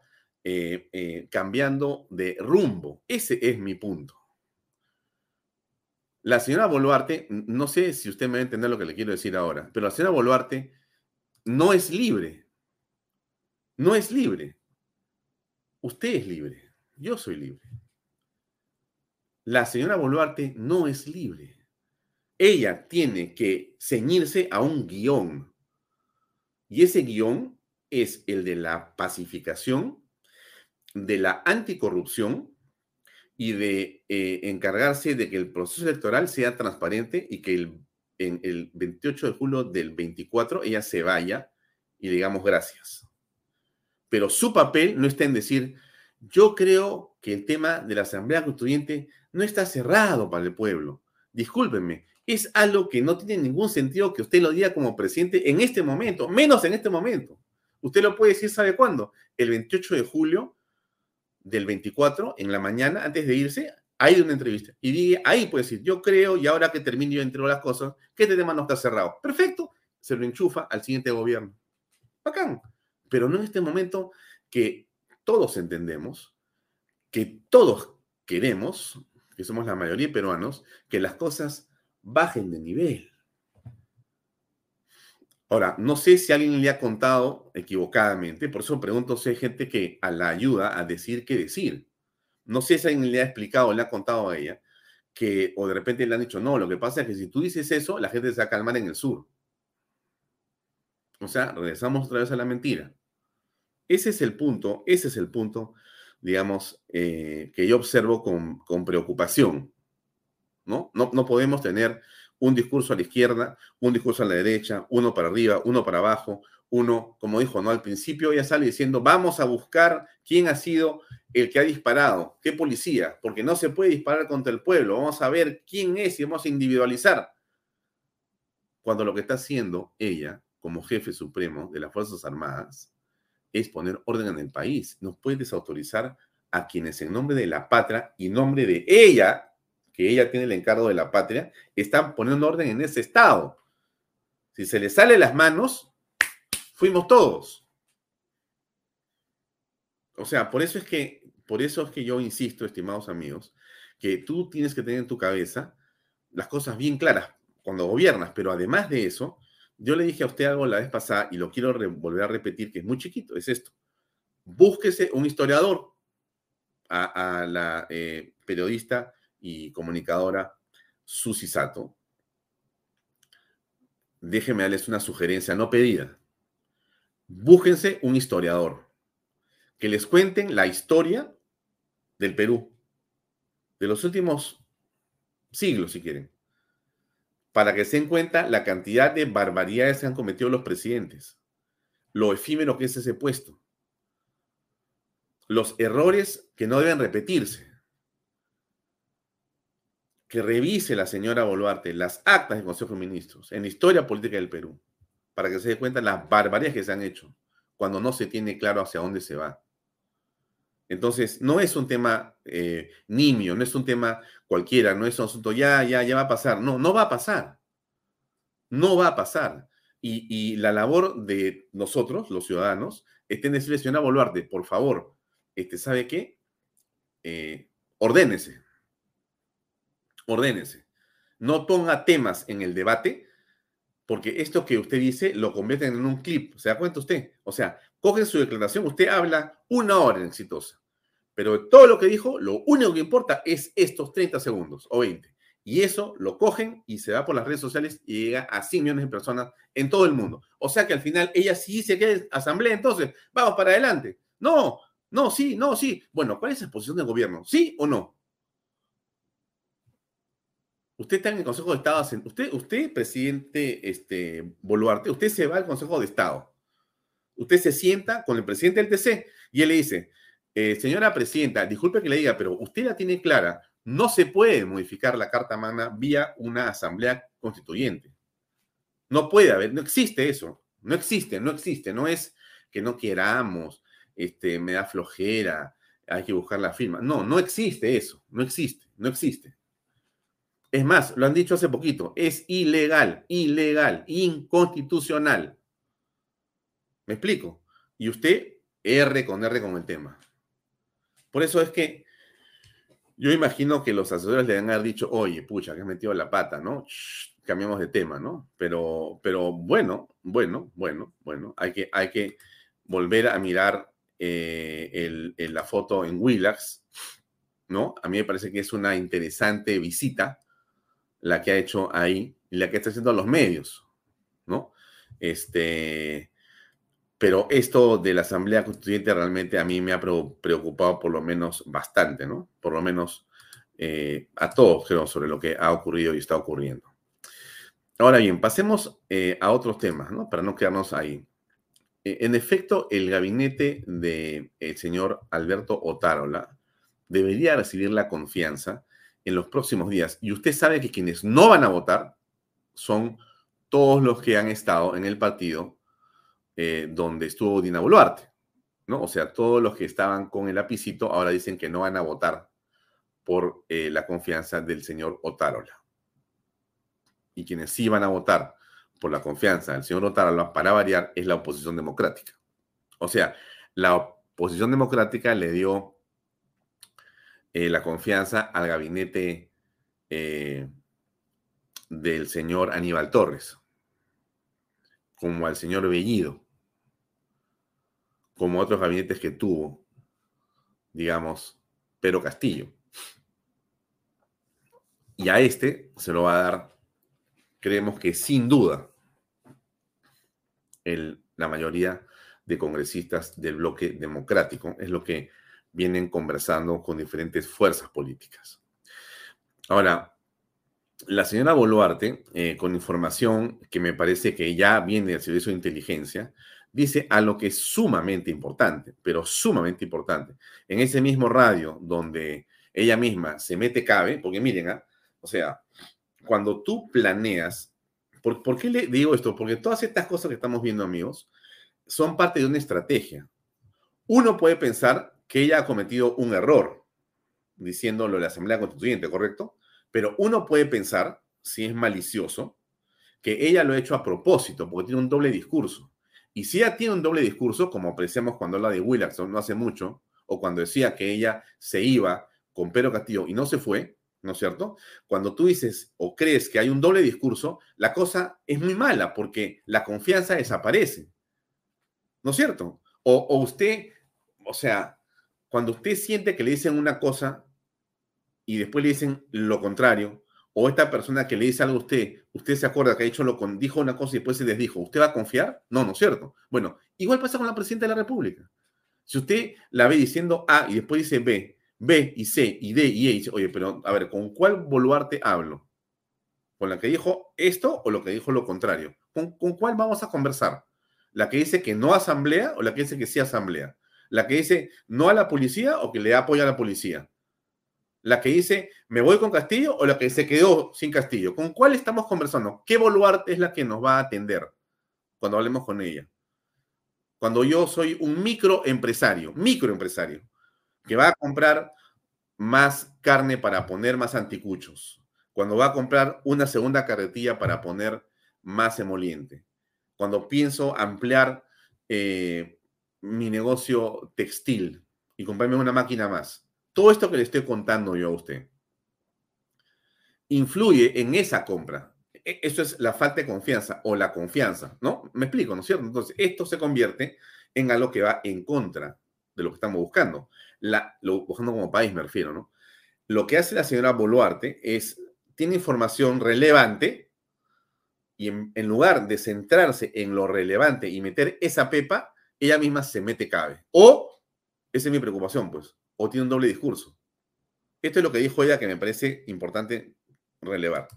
cambiando de rumbo. Ese es mi punto. La señora Boluarte, no sé si usted me va a entender lo que le quiero decir ahora, pero la señora Boluarte no es libre. No es libre. Usted es libre. Yo soy libre. La señora Boluarte no es libre. Ella tiene que ceñirse a un guión. Y ese guión es el de la pacificación, de la anticorrupción y de encargarse de que el proceso electoral sea transparente y que en el 28 de julio del 24 ella se vaya y le digamos gracias. Pero su papel no está en decir, yo creo que el tema de la Asamblea Constituyente no está cerrado para el pueblo. Discúlpenme, es algo que no tiene ningún sentido que usted lo diga como presidente en este momento, menos en este momento. Usted lo puede decir, ¿sabe cuándo? El 28 de julio del 24, en la mañana, antes de irse, hay una entrevista. Y diga, ahí puede decir, yo creo, y ahora que termine yo entre las cosas, que este tema no está cerrado. Perfecto, se lo enchufa al siguiente gobierno. Bacán. Pero no en este momento que todos entendemos, que todos queremos, que somos la mayoría de peruanos, que las cosas bajen de nivel. Ahora, no sé si alguien le ha contado equivocadamente, por eso pregunto si hay gente que la ayuda a decir qué decir. No sé si alguien le ha explicado, le ha contado a ella, que, o de repente le han dicho, no, lo que pasa es que si tú dices eso, la gente se va a calmar en el sur. O sea, regresamos otra vez a la mentira. Ese es el punto, digamos, que yo observo con preocupación, ¿no? No podemos tener un discurso a la izquierda, un discurso a la derecha, uno para arriba, uno para abajo, uno, como dijo, ¿no? Al principio ella sale diciendo, vamos a buscar quién ha sido el que ha disparado, qué policía, porque no se puede disparar contra el pueblo, vamos a ver quién es y vamos a individualizar. Cuando lo que está haciendo ella, como jefe supremo de las Fuerzas Armadas, es poner orden en el país. No puede desautorizar a quienes en nombre de la patria y en nombre de ella, que ella tiene el encargo de la patria, están poniendo orden en ese estado. Si se le sale las manos, fuimos todos. O sea, por eso es que yo insisto, estimados amigos, que tú tienes que tener en tu cabeza las cosas bien claras cuando gobiernas, pero además de eso, yo le dije a usted algo la vez pasada y lo quiero volver a repetir, que es muy chiquito, es esto. Búsquese un historiador, a la periodista y comunicadora Susi Sato. Déjeme darles una sugerencia no pedida. Búsquense un historiador que les cuenten la historia del Perú, de los últimos siglos, si quieren, para que se den cuenta la cantidad de barbaridades que han cometido los presidentes, lo efímero que es ese puesto, los errores que no deben repetirse. Que revise la señora Boluarte las actas del Consejo de Ministros en la historia política del Perú, para que se dé cuenta las barbaridades que se han hecho cuando no se tiene claro hacia dónde se va. Entonces, no es un tema nimio, no es un tema cualquiera, no es un asunto ya va a pasar. No, no va a pasar. No va a pasar. Y la labor de nosotros, los ciudadanos, es en decirle, señora Boluarte, por favor, ¿sabe qué? Ordénese. Ordénese. No ponga temas en el debate, porque esto que usted dice lo convierten en un clip. ¿Se da cuenta usted? O sea, cogen su declaración, usted habla 1 hora en Exitosa, pero de todo lo que dijo, lo único que importa es estos 30 segundos o 20. Y eso lo cogen y se va por las redes sociales y llega a 100 millones de personas en todo el mundo. O sea que al final ella sí dice que es asamblea, entonces vamos para adelante. No, sí. Bueno, ¿cuál es la posición del gobierno? ¿Sí o no? Usted está en el Consejo de Estado, usted presidente Boluarte, usted se va al Consejo de Estado. Usted se sienta con el presidente del TC y él le dice, señora presidenta, disculpe que le diga, pero usted la tiene clara, no se puede modificar la Carta Magna vía una asamblea constituyente. No puede haber, no existe eso, no existe, no es que no queramos, me da flojera, hay que buscar la firma. No existe eso, no existe. Es más, lo han dicho hace poquito, es ilegal, inconstitucional. ¿Me explico? Y usted R con el tema. Por eso es que Yo imagino que los asesores le han haber dicho, oye, pucha, que has metido la pata, ¿no? Shh, cambiamos de tema, ¿no? Pero bueno, hay que volver a mirar la foto en Willax, ¿no? A mí me parece que es una interesante visita la que ha hecho ahí y la que está haciendo a los medios, ¿no? Pero esto de la Asamblea Constituyente realmente a mí me ha preocupado por lo menos bastante, ¿no? Por lo menos a todos, creo, sobre lo que ha ocurrido y está ocurriendo. Ahora bien, pasemos a otros temas, ¿no? Para no quedarnos ahí. En efecto, el gabinete del señor Alberto Otárola debería recibir la confianza en los próximos días. Y usted sabe que quienes no van a votar son todos los que han estado en el partido donde estuvo Dina Boluarte, ¿no? O sea, todos los que estaban con el lapicito ahora dicen que no van a votar por la confianza del señor Otárola. Y quienes sí van a votar por la confianza del señor Otárola, para variar, es la oposición democrática. O sea, la oposición democrática le dio la confianza al gabinete del señor Aníbal Torres, como al señor Bellido, como otros gabinetes que tuvo, digamos, Pedro Castillo. Y a este se lo va a dar, creemos que sin duda, la mayoría de congresistas del bloque democrático. Es lo que vienen conversando con diferentes fuerzas políticas. Ahora, la señora Boluarte, con información que me parece que ya viene del Servicio de Inteligencia, dice algo que es sumamente importante, pero sumamente importante. En ese mismo radio donde ella misma se mete cabe, porque miren, o sea, cuando tú planeas, ¿por qué le digo esto? Porque todas estas cosas que estamos viendo, amigos, son parte de una estrategia. Uno puede pensar que ella ha cometido un error, diciéndolo en la Asamblea Constituyente, ¿correcto? Pero uno puede pensar, si es malicioso, que ella lo ha hecho a propósito, porque tiene un doble discurso. Y si ella tiene un doble discurso, como apreciamos cuando habla de Willax no hace mucho, o cuando decía que ella se iba con Pedro Castillo y no se fue, ¿no es cierto? Cuando tú dices o crees que hay un doble discurso, la cosa es muy mala, porque la confianza desaparece, ¿no es cierto? O usted, o sea, cuando usted siente que le dicen una cosa y después le dicen lo contrario, o esta persona que le dice algo a usted se acuerda que dijo una cosa y después se desdijo, ¿usted va a confiar? No, ¿no es cierto? Bueno, igual pasa con la presidenta de la República. Si usted la ve diciendo A y después dice B y C y D y E, y dice, oye, pero a ver, ¿con cuál Boluarte hablo? ¿Con la que dijo esto o lo que dijo lo contrario? ¿Con cuál vamos a conversar? ¿La que dice que no asamblea o la que dice que sí asamblea? ¿La que dice no a la policía o que le apoya a la policía? ¿La que dice me voy con Castillo o la que se quedó sin Castillo? ¿Con cuál estamos conversando? ¿Qué Boluarte es la que nos va a atender cuando hablemos con ella? Cuando yo soy un microempresario, que va a comprar más carne para poner más anticuchos, cuando va a comprar una segunda carretilla para poner más emoliente, cuando pienso ampliar mi negocio textil y comprarme una máquina más. Todo esto que le estoy contando yo a usted influye en esa compra. Eso es la falta de confianza o la confianza, ¿no? Me explico, ¿no es cierto? Entonces, esto se convierte en algo que va en contra de lo que estamos buscando. Buscando como país, me refiero, ¿no? Lo que hace la señora Boluarte tiene información relevante y en lugar de centrarse en lo relevante y meter esa pepa, ella misma se mete cabe. O, esa es mi preocupación, pues, o tiene un doble discurso. Esto es lo que dijo ella que me parece importante relevar.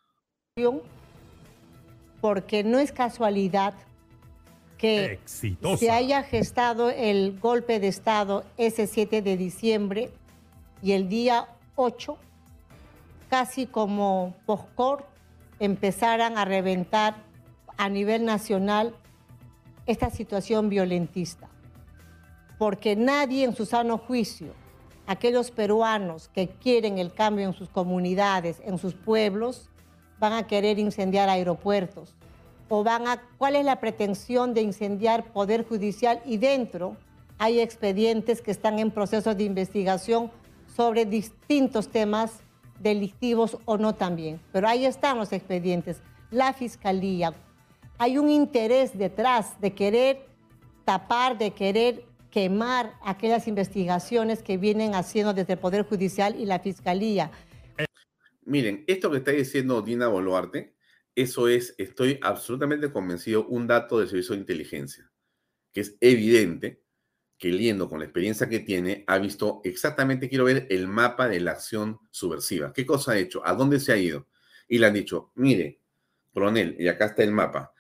Porque no es casualidad que se haya gestado el golpe de Estado ese 7 de diciembre y el día 8, casi como post-cor, empezaran a reventar a nivel nacional esta situación violentista. Porque nadie en su sano juicio, aquellos peruanos que quieren el cambio en sus comunidades, en sus pueblos, van a querer incendiar aeropuertos o ¿cuál es la pretensión de incendiar Poder Judicial? Y dentro hay expedientes que están en proceso de investigación sobre distintos temas delictivos o no también. Pero ahí están los expedientes. La Fiscalía, hay un interés detrás de querer tapar, de querer quemar aquellas investigaciones que vienen haciendo desde el Poder Judicial y la Fiscalía. Miren, esto que está diciendo Dina Boluarte, eso es, estoy absolutamente convencido, un dato del Servicio de Inteligencia, que es evidente que Liendo, con la experiencia que tiene, ha visto exactamente, quiero ver el mapa de la acción subversiva. ¿Qué cosa ha hecho? ¿A dónde se ha ido? Y le han dicho, mire, coronel, y acá está el mapa.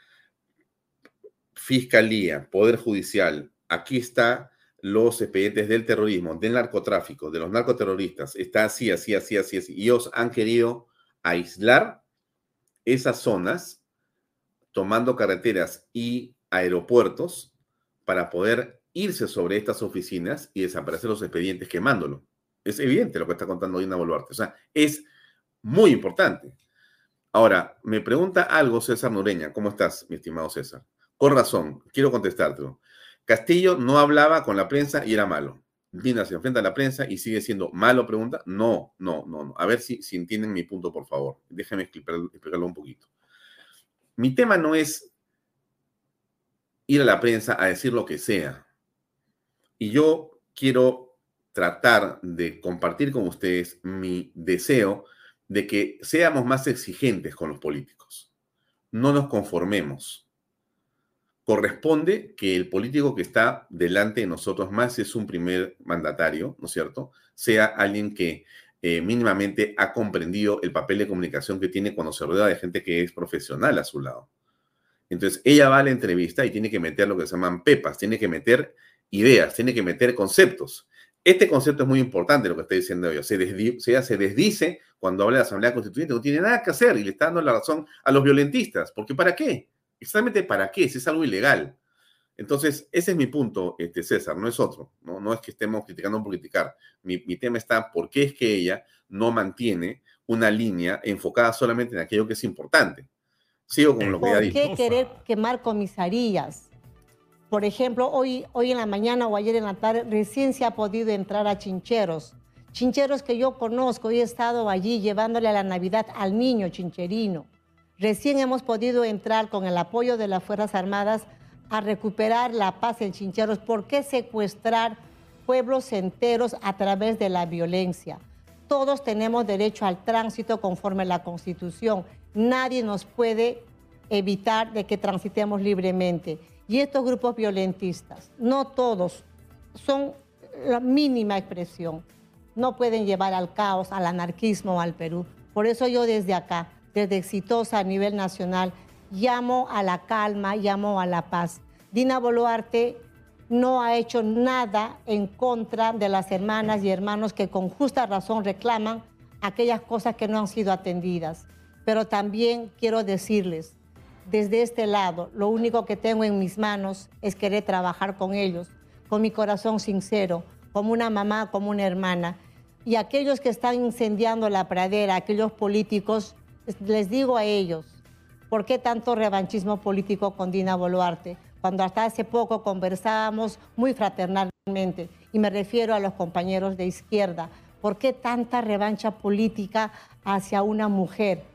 Fiscalía, Poder Judicial, aquí está los expedientes del terrorismo, del narcotráfico, de los narcoterroristas. Está así, así, así, así, así. Y ellos han querido aislar esas zonas tomando carreteras y aeropuertos para poder irse sobre estas oficinas y desaparecer los expedientes quemándolo. Es evidente lo que está contando Dina Boluarte. O sea, es muy importante. Ahora, me pregunta algo César Nureña. ¿Cómo estás, mi estimado César? Con razón, quiero contestártelo. Castillo no hablaba con la prensa y era malo. Dina se enfrenta a la prensa y sigue siendo malo, pregunta. No, no, no, no. A ver si entienden mi punto, por favor. Déjenme explicarlo un poquito. Mi tema no es ir a la prensa a decir lo que sea. Y yo quiero tratar de compartir con ustedes mi deseo de que seamos más exigentes con los políticos. No nos conformemos. Corresponde que el político que está delante de nosotros, más si es un primer mandatario, ¿no es cierto?, sea alguien que mínimamente ha comprendido el papel de comunicación que tiene cuando se rodea de gente que es profesional a su lado. Entonces, ella va a la entrevista y tiene que meter lo que se llaman pepas, tiene que meter ideas, tiene que meter conceptos. Este concepto es muy importante, lo que está diciendo ella. Ella se desdice cuando habla de la Asamblea Constituyente, no tiene nada que hacer y le está dando la razón a los violentistas. Porque ¿para qué? Exactamente para qué, si es algo ilegal. Entonces, ese es mi punto, César, no es otro. No es que estemos criticando por criticar. Mi tema está por qué es que ella no mantiene una línea enfocada solamente en aquello que es importante. Sigo con lo que ya dije. ¿Por qué querer quemar comisarías? Por ejemplo, hoy en la mañana o ayer en la tarde recién se ha podido entrar a Chincheros. Chincheros que yo conozco y he estado allí llevándole a la Navidad al niño chincherino. Recién hemos podido entrar con el apoyo de las Fuerzas Armadas a recuperar la paz en Chincheros. ¿Por qué secuestrar pueblos enteros a través de la violencia? Todos tenemos derecho al tránsito conforme a la Constitución. Nadie nos puede evitar de que transitemos libremente. Y estos grupos violentistas, no todos, son la mínima expresión. No pueden llevar al caos, al anarquismo, al Perú. Por eso yo desde acá, desde Exitosa a nivel nacional, llamo a la calma, llamo a la paz. Dina Boluarte no ha hecho nada en contra de las hermanas y hermanos que con justa razón reclaman aquellas cosas que no han sido atendidas. Pero también quiero decirles, desde este lado, lo único que tengo en mis manos es querer trabajar con ellos, con mi corazón sincero, como una mamá, como una hermana. Y aquellos que están incendiando la pradera, aquellos políticos, les digo a ellos, ¿por qué tanto revanchismo político con Dina Boluarte? Cuando hasta hace poco conversábamos muy fraternalmente, y me refiero a los compañeros de izquierda, ¿por qué tanta revancha política hacia una mujer?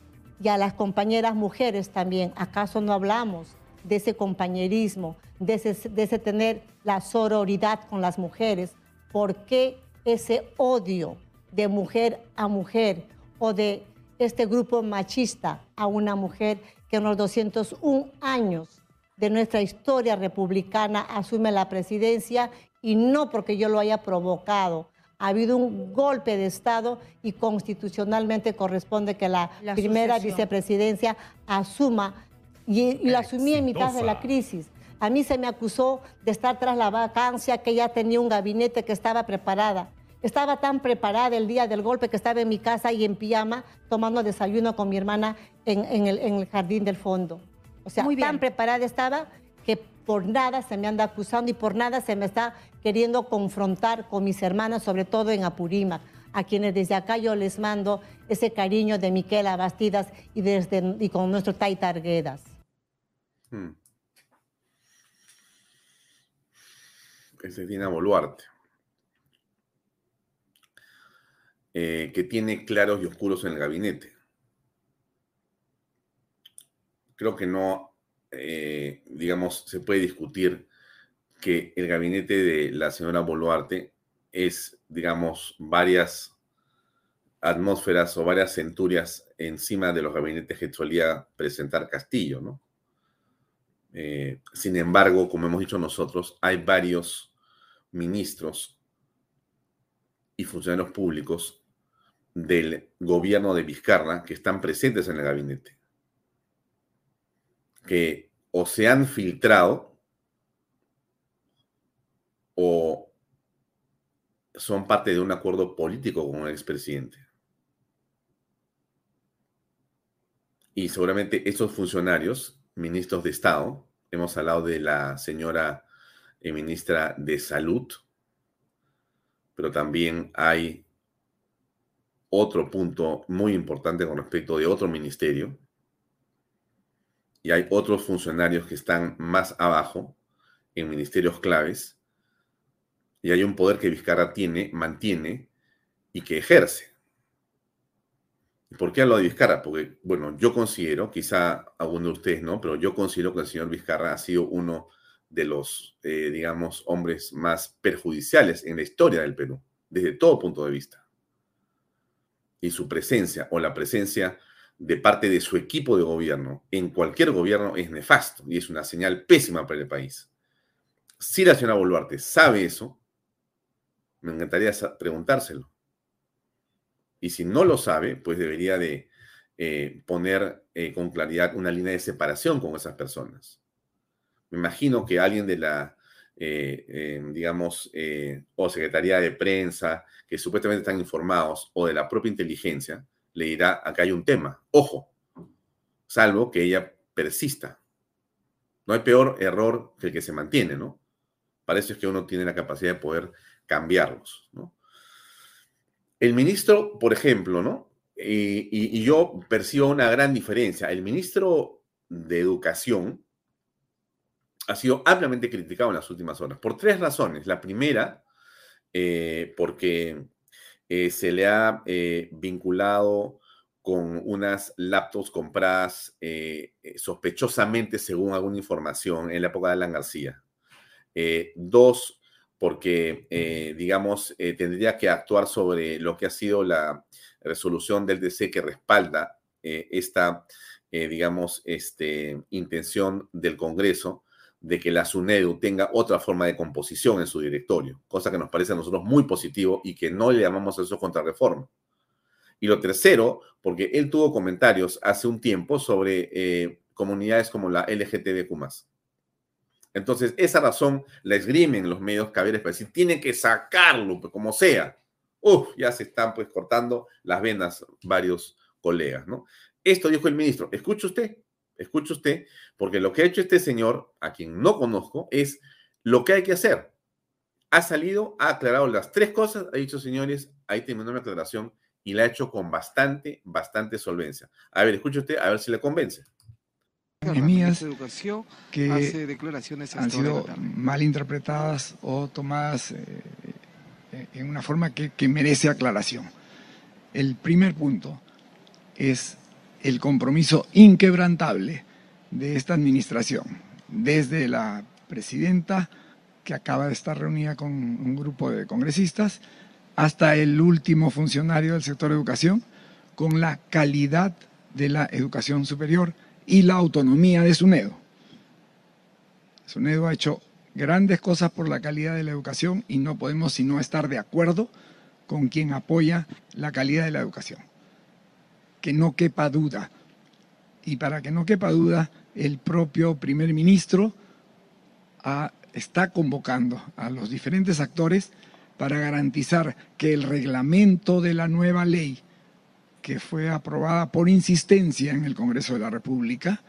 Y a las compañeras mujeres también, ¿acaso no hablamos de ese compañerismo, de ese tener la sororidad con las mujeres? ¿Por qué ese odio de mujer a mujer o de este grupo machista a una mujer que en los 201 años de nuestra historia republicana asume la presidencia y no porque yo lo haya provocado? Ha habido un golpe de Estado y constitucionalmente corresponde que la primera vicepresidencia asuma, y lo asumí en mitad de la crisis. A mí se me acusó de estar tras la vacancia, que ella tenía un gabinete que estaba preparada. Estaba tan preparada el día del golpe que estaba en mi casa y en pijama tomando desayuno con mi hermana en el jardín del fondo. O sea, tan preparada estaba que por nada se me anda acusando y por nada se me está queriendo confrontar con mis hermanas, sobre todo en Apurímac, a quienes desde acá yo les mando ese cariño de Miquela Bastidas y con nuestro Taita Arguedas. Esa es Dina Boluarte. que tiene claros y oscuros en el gabinete. Creo que no, digamos, se puede discutir que el gabinete de la señora Boluarte es, digamos, varias atmósferas o varias centurias encima de los gabinetes que solía presentar Castillo, ¿no? Sin embargo, como hemos dicho nosotros, hay varios ministros y funcionarios públicos del gobierno de Vizcarra que están presentes en el gabinete, que o se han filtrado o son parte de un acuerdo político con el expresidente. Y seguramente esos funcionarios, ministros de Estado, hemos hablado de la señora ministra de Salud, pero también hay otro punto muy importante con respecto de otro ministerio, y hay otros funcionarios que están más abajo en ministerios claves, y hay un poder que Vizcarra tiene, mantiene y que ejerce. ¿Por qué hablo de Vizcarra? Porque, bueno, yo considero, quizá alguno de ustedes no, pero yo considero que el señor Vizcarra ha sido uno de los, digamos, hombres más perjudiciales en la historia del Perú, desde todo punto de vista. Y su presencia o la presencia de parte de su equipo de gobierno en cualquier gobierno es nefasto y es una señal pésima para el país. Si la señora Boluarte sabe eso, me encantaría preguntárselo. Y si no lo sabe, pues debería de poner con claridad una línea de separación con esas personas. Me imagino que alguien de la, digamos, o Secretaría de Prensa, que supuestamente están informados, o de la propia inteligencia, le dirá, acá hay un tema. Ojo, salvo que ella persista. No hay peor error que el que se mantiene, ¿no? Para eso es que uno tiene la capacidad de poder cambiarlos, ¿no? El ministro, por ejemplo, ¿no? Y yo percibo una gran diferencia. El ministro de Educación ha sido ampliamente criticado en las últimas horas por tres razones. La primera, porque se le ha vinculado con unas laptops compradas sospechosamente, según alguna información, en la época de Alan García. Dos, porque, digamos, tendría que actuar sobre lo que ha sido la resolución del DC que respalda esta, digamos, intención del Congreso de que la SUNEDU tenga otra forma de composición en su directorio, cosa que nos parece a nosotros muy positivo y que no le llamamos a eso contrarreforma. Y lo tercero, porque él tuvo comentarios hace un tiempo sobre comunidades como la LGTBQ+. Entonces, esa razón la esgrimen los medios caberes para decir, tienen que sacarlo, pues, como sea. Ya se están pues cortando las venas varios colegas, ¿no? Esto dijo el ministro. Escuche usted, porque lo que ha hecho este señor, a quien no conozco, es lo que hay que hacer. Ha salido, ha aclarado las tres cosas, ha dicho, señores, ahí terminó mi aclaración, y la ha hecho con bastante solvencia. A ver, escuche usted, a ver si le convence. Mías que hace declaraciones han sido mal interpretadas o tomadas en una forma que merece aclaración. El primer punto es el compromiso inquebrantable de esta administración, desde la presidenta, que acaba de estar reunida con un grupo de congresistas, hasta el último funcionario del sector de educación, con la calidad de la educación superior y la autonomía de SUNEDU. SUNEDU ha hecho grandes cosas por la calidad de la educación y no podemos sino estar de acuerdo con quien apoya la calidad de la educación. Que no quepa duda. Y para que no quepa duda, el propio primer ministro está convocando a los diferentes actores para garantizar que el reglamento de la nueva ley, que fue aprobada por insistencia en el Congreso de la República,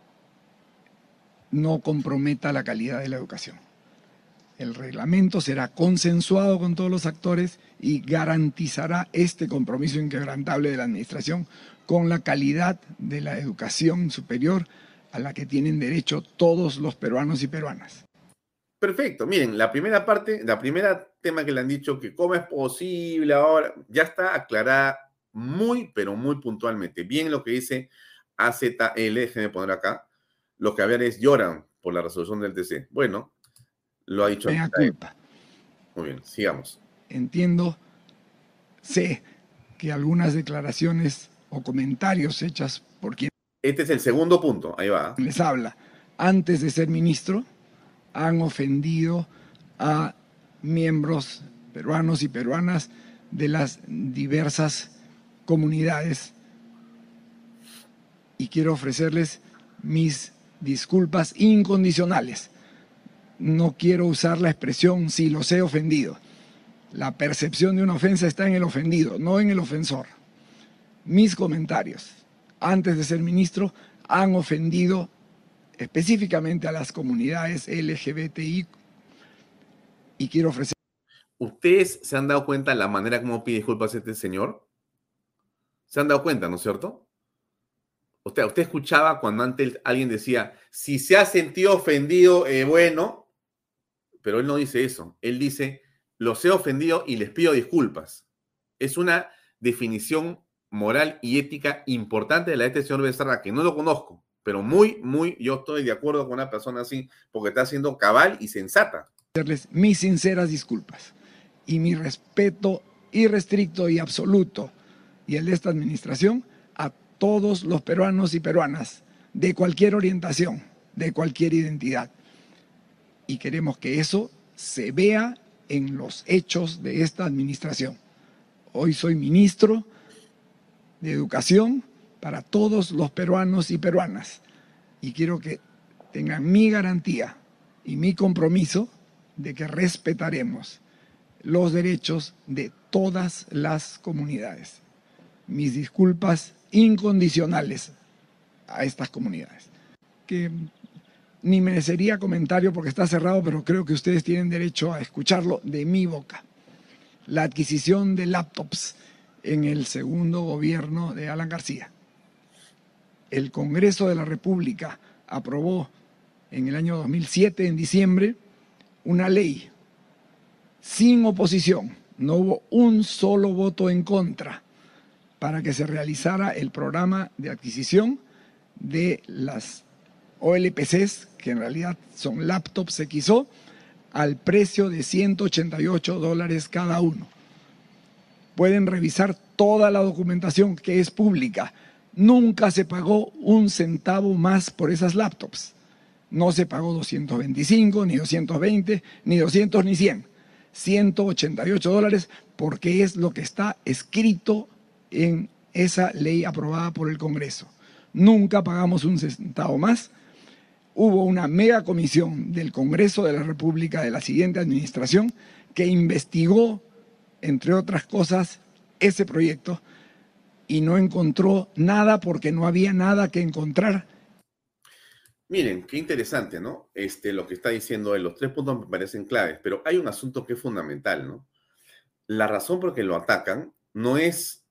no comprometa la calidad de la educación. El reglamento será consensuado con todos los actores y garantizará este compromiso inquebrantable de la administración con la calidad de la educación superior a la que tienen derecho todos los peruanos y peruanas. Perfecto. Miren, la primera tema que le han dicho que cómo es posible ahora, ya está aclarada muy, pero muy puntualmente. Bien lo que dice AZL, déjenme poner acá, los caviares lloran por la resolución del TC. Bueno, lo ha dicho. Mea culpa. Muy bien, sigamos. Entiendo, sé que algunas declaraciones o comentarios hechas por quien Este es el segundo punto, ahí va. les habla antes de ser ministro han ofendido a miembros peruanos y peruanas de las diversas comunidades y quiero ofrecerles mis disculpas incondicionales. No quiero usar la expresión si los he ofendido. La percepción de una ofensa está en el ofendido, no en el ofensor. Mis comentarios antes de ser ministro han ofendido específicamente a las comunidades LGBTI y quiero ofrecer. ¿Ustedes se han dado cuenta de la manera como pide disculpas este señor? ¿Se han dado cuenta, no es cierto? Usted escuchaba cuando antes alguien decía, si se ha sentido ofendido, bueno, pero él no dice eso. Él dice, los he ofendido y les pido disculpas. Es una definición moral y ética importante de la de este señor Becerra, que no lo conozco, pero yo estoy de acuerdo con una persona así, porque está siendo cabal y sensata. Hacerles mis sinceras disculpas y mi respeto irrestricto y absoluto y el de esta administración a todos los peruanos y peruanas de cualquier orientación, de cualquier identidad. Y queremos que eso se vea en los hechos de esta administración. Hoy soy ministro de Educación para todos los peruanos y peruanas y quiero que tengan mi garantía y mi compromiso de que respetaremos los derechos de todas las comunidades. Mis disculpas incondicionales a estas comunidades. Que ni merecería comentario porque está cerrado, pero creo que ustedes tienen derecho a escucharlo de mi boca. La adquisición de laptops en el segundo gobierno de Alan García. El Congreso de la República aprobó en el año 2007, en diciembre, una ley sin oposición. No hubo un solo voto en contra para que se realizara el programa de adquisición de las OLPCs, que en realidad son laptops XO, al precio de $188 cada uno. Pueden revisar toda la documentación que es pública. Nunca se pagó un centavo más por esas laptops. No se pagó 225, ni 220, ni 200, ni 100. $188 porque es lo que está escrito en esa ley aprobada por el Congreso. Nunca pagamos un centavo más. Hubo una mega comisión del Congreso de la República de la siguiente administración que investigó, entre otras cosas, ese proyecto y no encontró nada porque no había nada que encontrar. Miren, qué interesante, ¿no? Lo que está diciendo él, los 3 puntos me parecen claves, pero hay un asunto que es fundamental, ¿no? La razón por que lo atacan no es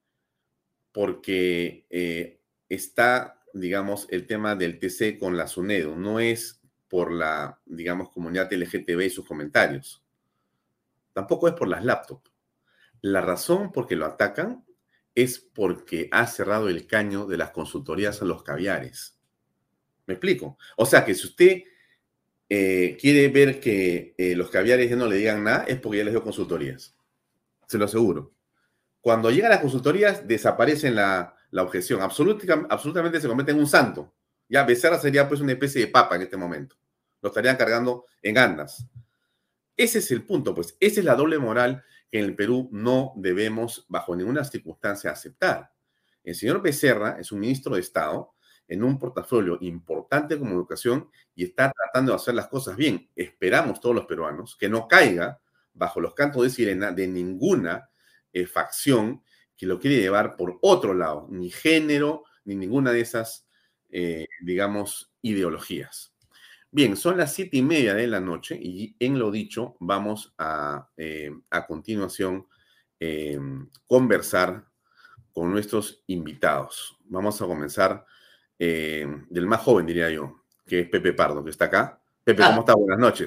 porque está, digamos, el tema del TC con la SUNEDU, no es por la, digamos, comunidad LGTB y sus comentarios. Tampoco es por las laptops. La razón por que lo atacan es porque ha cerrado el caño de las consultorías a los caviares. ¿Me explico? O sea, que si usted quiere ver que los caviares ya no le digan nada, es porque ya les dio consultorías. Se lo aseguro. Cuando llegan las consultorías, desaparecen la objeción. Absolutamente se convierte en un santo. Ya Becerra sería pues una especie de papa en este momento. Lo estarían cargando en andas. Ese es el punto, pues. Esa es la doble moral que en el Perú no debemos, bajo ninguna circunstancia, aceptar. El señor Becerra es un ministro de Estado en un portafolio importante como educación y está tratando de hacer las cosas bien. Esperamos todos los peruanos que no caiga bajo los cantos de sirena de ninguna facción que lo quiere llevar por otro lado, ni género, ni ninguna de esas, digamos, ideologías. Bien, son las 7:30 de la noche y en lo dicho vamos a continuación conversar con nuestros invitados. Vamos a comenzar del más joven, diría yo, que es Pepe Pardo, que está acá. Pepe, ¿cómo está? Buenas noches.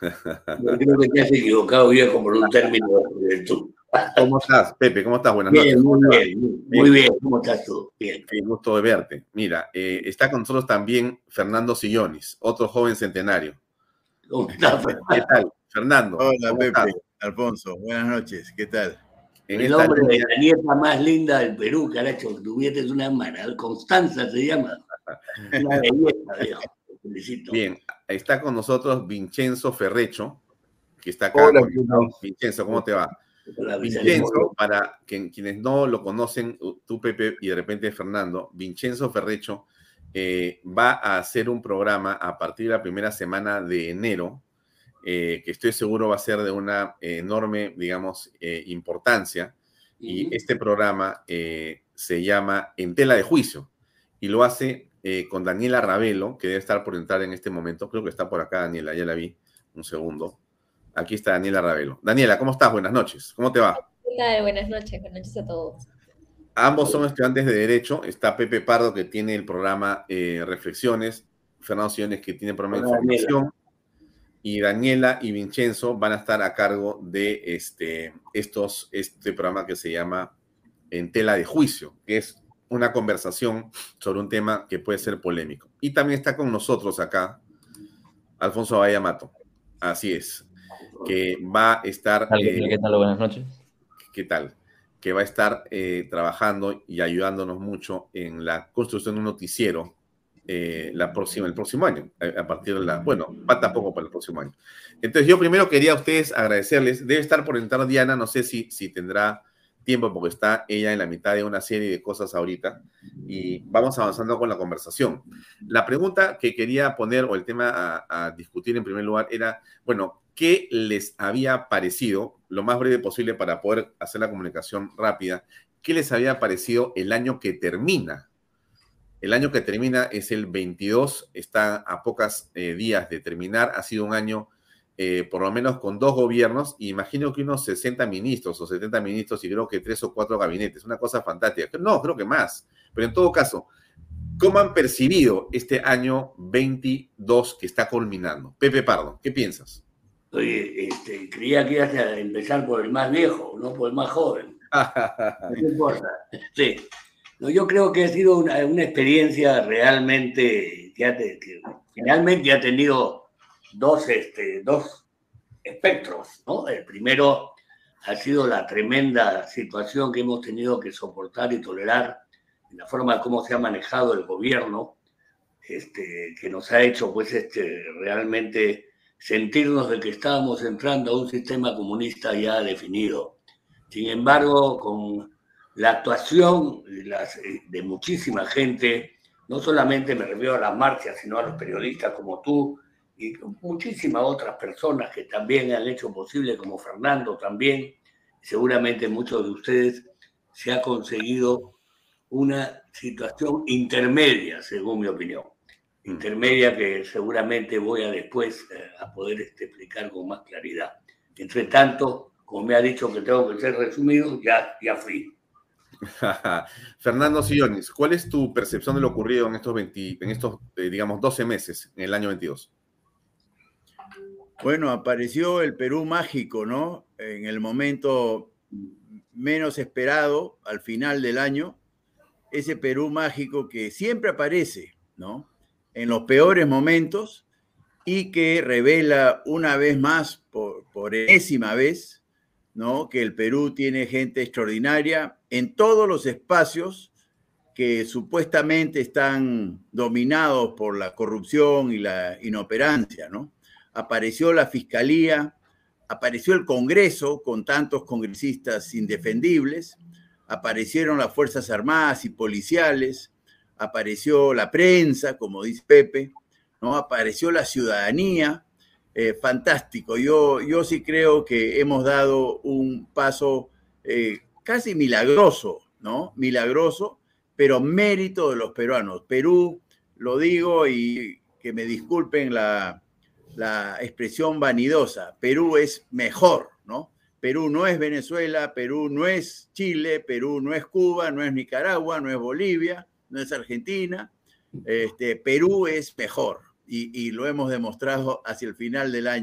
Yo creo que te has equivocado, viejo, por un término de juventud. ¿Cómo estás, Pepe? ¿Cómo estás? Buenas Bien, noches. muy bien. ¿Cómo estás tú? Bien. Qué gusto de verte. Mira, está con nosotros también Fernando Sillonis, otro joven centenario. ¿Cómo estás, Fernando? ¿Qué tal, Fernando? Hola, Pepe, estás? Alfonso, buenas noches, ¿qué tal? El nombre de la nieta más linda del Perú, caracho, tu nieta es una hermana, Constanza se llama. Una belleza, viejo. Felicito. Bien, está con nosotros Vincenzo Ferrecho, que está acá. Hola, Vincenzo, ¿cómo te va? Hola, Vincenzo, para quienes no lo conocen, tú, Pepe, y de repente Fernando, Vincenzo Ferrecho va a hacer un programa a partir de la primera semana de enero, que estoy seguro va a ser de una enorme, digamos, importancia. Y este programa se llama En Tela de Juicio, y lo hace con Daniela Ravelo, que debe estar por entrar en este momento. Creo que está por acá, Daniela, ya la vi. Un segundo. Aquí está Daniela Ravelo. Daniela, ¿cómo estás? Buenas noches. ¿Cómo te va? ¿Qué tal? Buenas noches a todos. Ambos son estudiantes de Derecho. Está Pepe Pardo, que tiene el programa Reflexiones. Fernando Sillonis, que tiene el programa de Información. Y Daniela y Vincenzo van a estar a cargo de este programa que se llama En Tela de Juicio, que es una conversación sobre un tema que puede ser polémico. Y también está con nosotros acá Alfonso Bahía Mato. Así es. Que va a estar... ¿Qué tal? Buenas noches. ¿Qué tal? Que va a estar trabajando y ayudándonos mucho en la construcción de un noticiero el próximo año, a partir de bueno, falta poco para el próximo año. Entonces yo primero quería a ustedes agradecerles. Debe estar por entrar Diana, no sé si tendrá tiempo, porque está ella en la mitad de una serie de cosas ahorita, y vamos avanzando con la conversación. La pregunta que quería poner, o el tema a discutir en primer lugar, era, bueno, ¿qué les había parecido, lo más breve posible para poder hacer la comunicación rápida, qué les había parecido el año que termina? El año que termina es el 22, está a pocos días de terminar, ha sido un año por lo menos con 2 gobiernos, y imagino que unos 60 ministros o 70 ministros, y creo que 3 o 4 gabinetes, una cosa fantástica. No, creo que más, pero en todo caso, ¿cómo han percibido este año 22 que está culminando? Pepe Pardo, ¿qué piensas? Oye, creía que ibas a empezar por el más viejo, no por el más joven. No importa. Sí. No, yo creo que ha sido una experiencia realmente que finalmente ha tenido dos espectros, ¿no? El primero ha sido la tremenda situación que hemos tenido que soportar y tolerar en la forma como se ha manejado el gobierno, que nos ha hecho pues realmente sentirnos de que estábamos entrando a un sistema comunista ya definido. Sin embargo, con la actuación de muchísima gente, no solamente me refiero a las marchas, sino a los periodistas como tú y muchísimas otras personas que también han hecho posible, como Fernando también, seguramente muchos de ustedes, se ha conseguido una situación intermedia, según mi opinión. Intermedia que seguramente voy a después a poder explicar con más claridad. Entre tanto, como me ha dicho que tengo que ser resumido, ya fui. Fernando Sillonis, ¿cuál es tu percepción de lo ocurrido en estos digamos, 12 meses, en el año 22? Bueno, apareció el Perú mágico, ¿no? En el momento menos esperado, al final del año, ese Perú mágico que siempre aparece, ¿no? En los peores momentos, y que revela una vez más, por enésima vez, ¿no? Que el Perú tiene gente extraordinaria en todos los espacios que supuestamente están dominados por la corrupción y la inoperancia, ¿no? Apareció la Fiscalía, apareció el Congreso con tantos congresistas indefendibles, aparecieron las Fuerzas Armadas y policiales, apareció la prensa, como dice Pepe, ¿no? Apareció la ciudadanía, fantástico. Yo sí creo que hemos dado un paso casi milagroso, ¿no? Milagroso, pero mérito de los peruanos. Perú, lo digo y que me disculpen la expresión vanidosa, Perú es mejor, ¿no? Perú no es Venezuela, Perú no es Chile, Perú no es Cuba, no es Nicaragua, no es Bolivia, no es Argentina. Perú es mejor y lo hemos demostrado hacia el final del año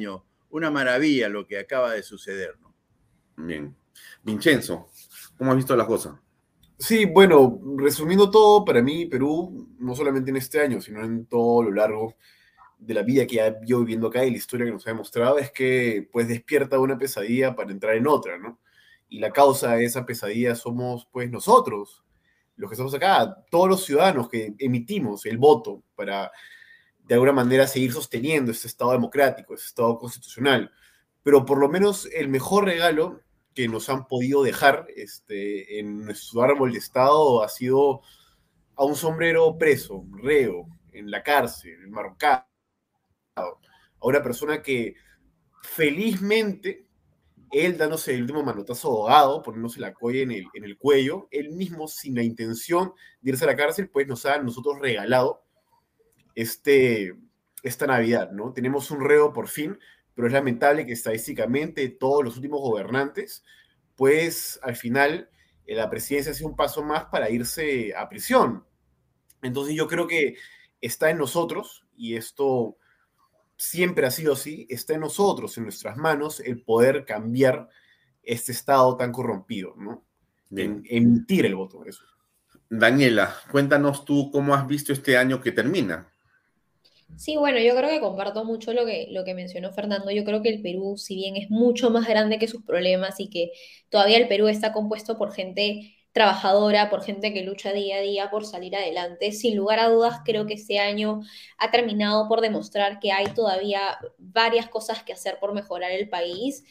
una maravilla lo que acaba de suceder, ¿no? Bien. Vincenzo, ¿cómo has visto la cosa? Sí, bueno, resumiendo todo, para mí Perú, no solamente en este año, sino en todo lo largo de la vida que ya yo viviendo acá y la historia que nos ha demostrado, es que pues despierta una pesadilla para entrar en otra, ¿no? Y la causa de esa pesadilla somos pues nosotros, los que estamos acá, todos los ciudadanos que emitimos el voto para de alguna manera seguir sosteniendo este Estado democrático, este Estado constitucional. Pero por lo menos el mejor regalo que nos han podido dejar en nuestro árbol de Estado ha sido a un sombrero preso, reo, en la cárcel, enmarrocado, a una persona que felizmente, él dándose el último manotazo ahogado, poniéndose la colla en el cuello, él mismo sin la intención de irse a la cárcel, pues nos ha nosotros regalado esta Navidad, ¿no? Tenemos un reo por fin, pero es lamentable que estadísticamente todos los últimos gobernantes, pues al final la presidencia hace un paso más para irse a prisión. Entonces yo creo que está en nosotros, y esto siempre ha sido así, está en nosotros, en nuestras manos, el poder cambiar este Estado tan corrompido, ¿no? En emitir el voto. Eso. Daniela, cuéntanos tú cómo has visto este año que termina. Sí, bueno, yo creo que comparto mucho lo que mencionó Fernando. Yo creo que el Perú, si bien es mucho más grande que sus problemas y que todavía el Perú está compuesto por gente trabajadora, por gente que lucha día a día por salir adelante, sin lugar a dudas creo que este año ha terminado por demostrar que hay todavía varias cosas que hacer por mejorar el país.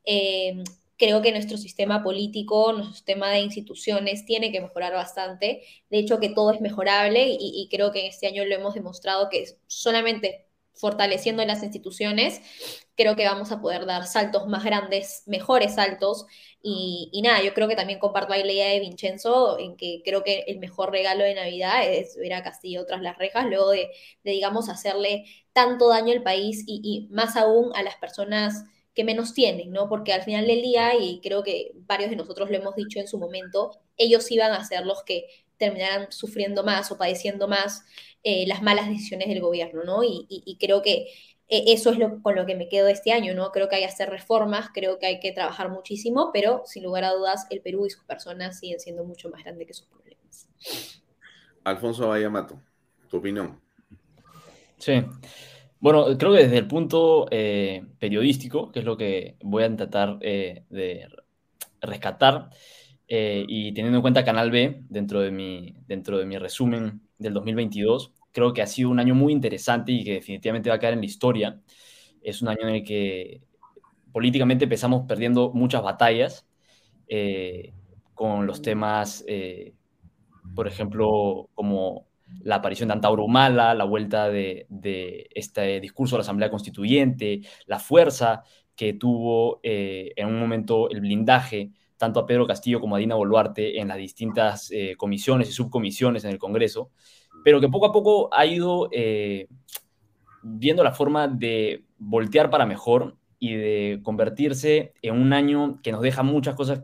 Creo que nuestro sistema político, nuestro sistema de instituciones tiene que mejorar bastante. De hecho, que todo es mejorable y creo que este año lo hemos demostrado que solamente fortaleciendo las instituciones, creo que vamos a poder dar saltos más grandes, mejores saltos. Y nada, yo creo que también comparto ahí la idea de Vincenzo en que creo que el mejor regalo de Navidad es ver a Castillo tras las rejas, luego digamos, hacerle tanto daño al país y más aún a las personas que menos tienen, ¿no? Porque al final del día, y creo que varios de nosotros lo hemos dicho en su momento, ellos iban a ser los que terminaran sufriendo más o padeciendo más las malas decisiones del gobierno, ¿no? Y creo que eso es con lo que me quedo este año, ¿no? Creo que hay que hacer reformas, creo que hay que trabajar muchísimo, pero sin lugar a dudas el Perú y sus personas siguen siendo mucho más grandes que sus problemas. Alfonso Vallamato, tu opinión. Sí. Bueno, creo que desde el punto periodístico, que es lo que voy a tratar de rescatar, y teniendo en cuenta Canal B dentro de mi resumen del 2022, creo que ha sido un año muy interesante y que definitivamente va a quedar en la historia. Es un año en el que políticamente empezamos perdiendo muchas batallas con los temas, por ejemplo, como la aparición de Antauro Humala, la vuelta de este discurso de la Asamblea Constituyente, la fuerza que tuvo en un momento el blindaje tanto a Pedro Castillo como a Dina Boluarte en las distintas comisiones y subcomisiones en el Congreso, pero que poco a poco ha ido viendo la forma de voltear para mejor y de convertirse en un año que nos deja muchas cosas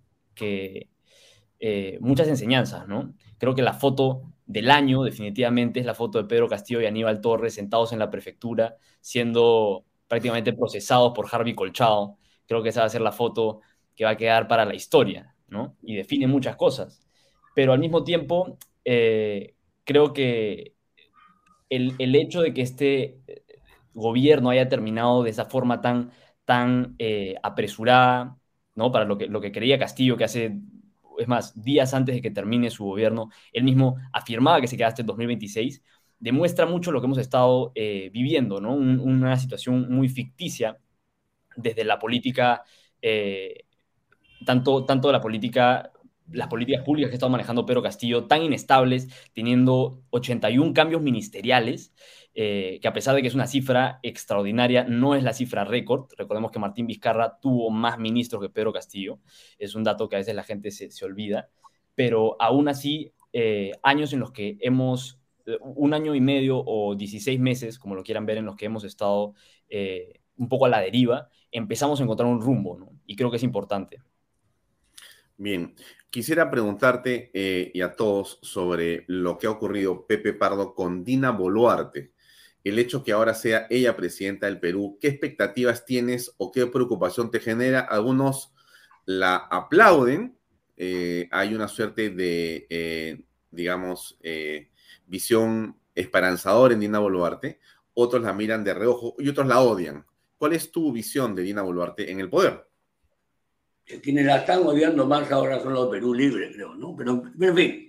muchas enseñanzas, ¿no? Creo que la foto del año definitivamente es la foto de Pedro Castillo y Aníbal Torres sentados en la prefectura siendo prácticamente procesados por Harvey Colchado. Creo que esa va a ser la foto que va a quedar para la historia, ¿no? Y define muchas cosas. Pero al mismo tiempo, creo que el hecho de que este gobierno haya terminado de esa forma tan apresurada, ¿no? Para lo que creía Castillo, que es más, días antes de que termine su gobierno, él mismo afirmaba que se quedaba hasta el 2026, demuestra mucho lo que hemos estado viviendo, ¿no? Una situación muy ficticia desde la política, tanto de la política, las políticas públicas que ha estado manejando Pedro Castillo, tan inestables, teniendo 81 cambios ministeriales, que a pesar de que es una cifra extraordinaria, no es la cifra récord. Recordemos que Martín Vizcarra tuvo más ministros que Pedro Castillo. Es un dato que a veces la gente se olvida. Pero aún así, años en los que un año y medio o 16 meses, como lo quieran ver, en los que hemos estado un poco a la deriva, empezamos a encontrar un rumbo, ¿no? Y creo que es importante. Bien, quisiera preguntarte y a todos sobre lo que ha ocurrido, Pepe Pardo, con Dina Boluarte. el hecho que ahora sea ella presidenta del Perú, ¿qué expectativas tienes o qué preocupación te genera? Algunos la aplauden, hay una suerte de, digamos, visión esperanzadora en Dina Boluarte, otros la miran de reojo y otros la odian. ¿Cuál es tu visión de Dina Boluarte en el poder? Quienes la están odiando más ahora son los Perú Libre, creo, ¿no? Pero en fin,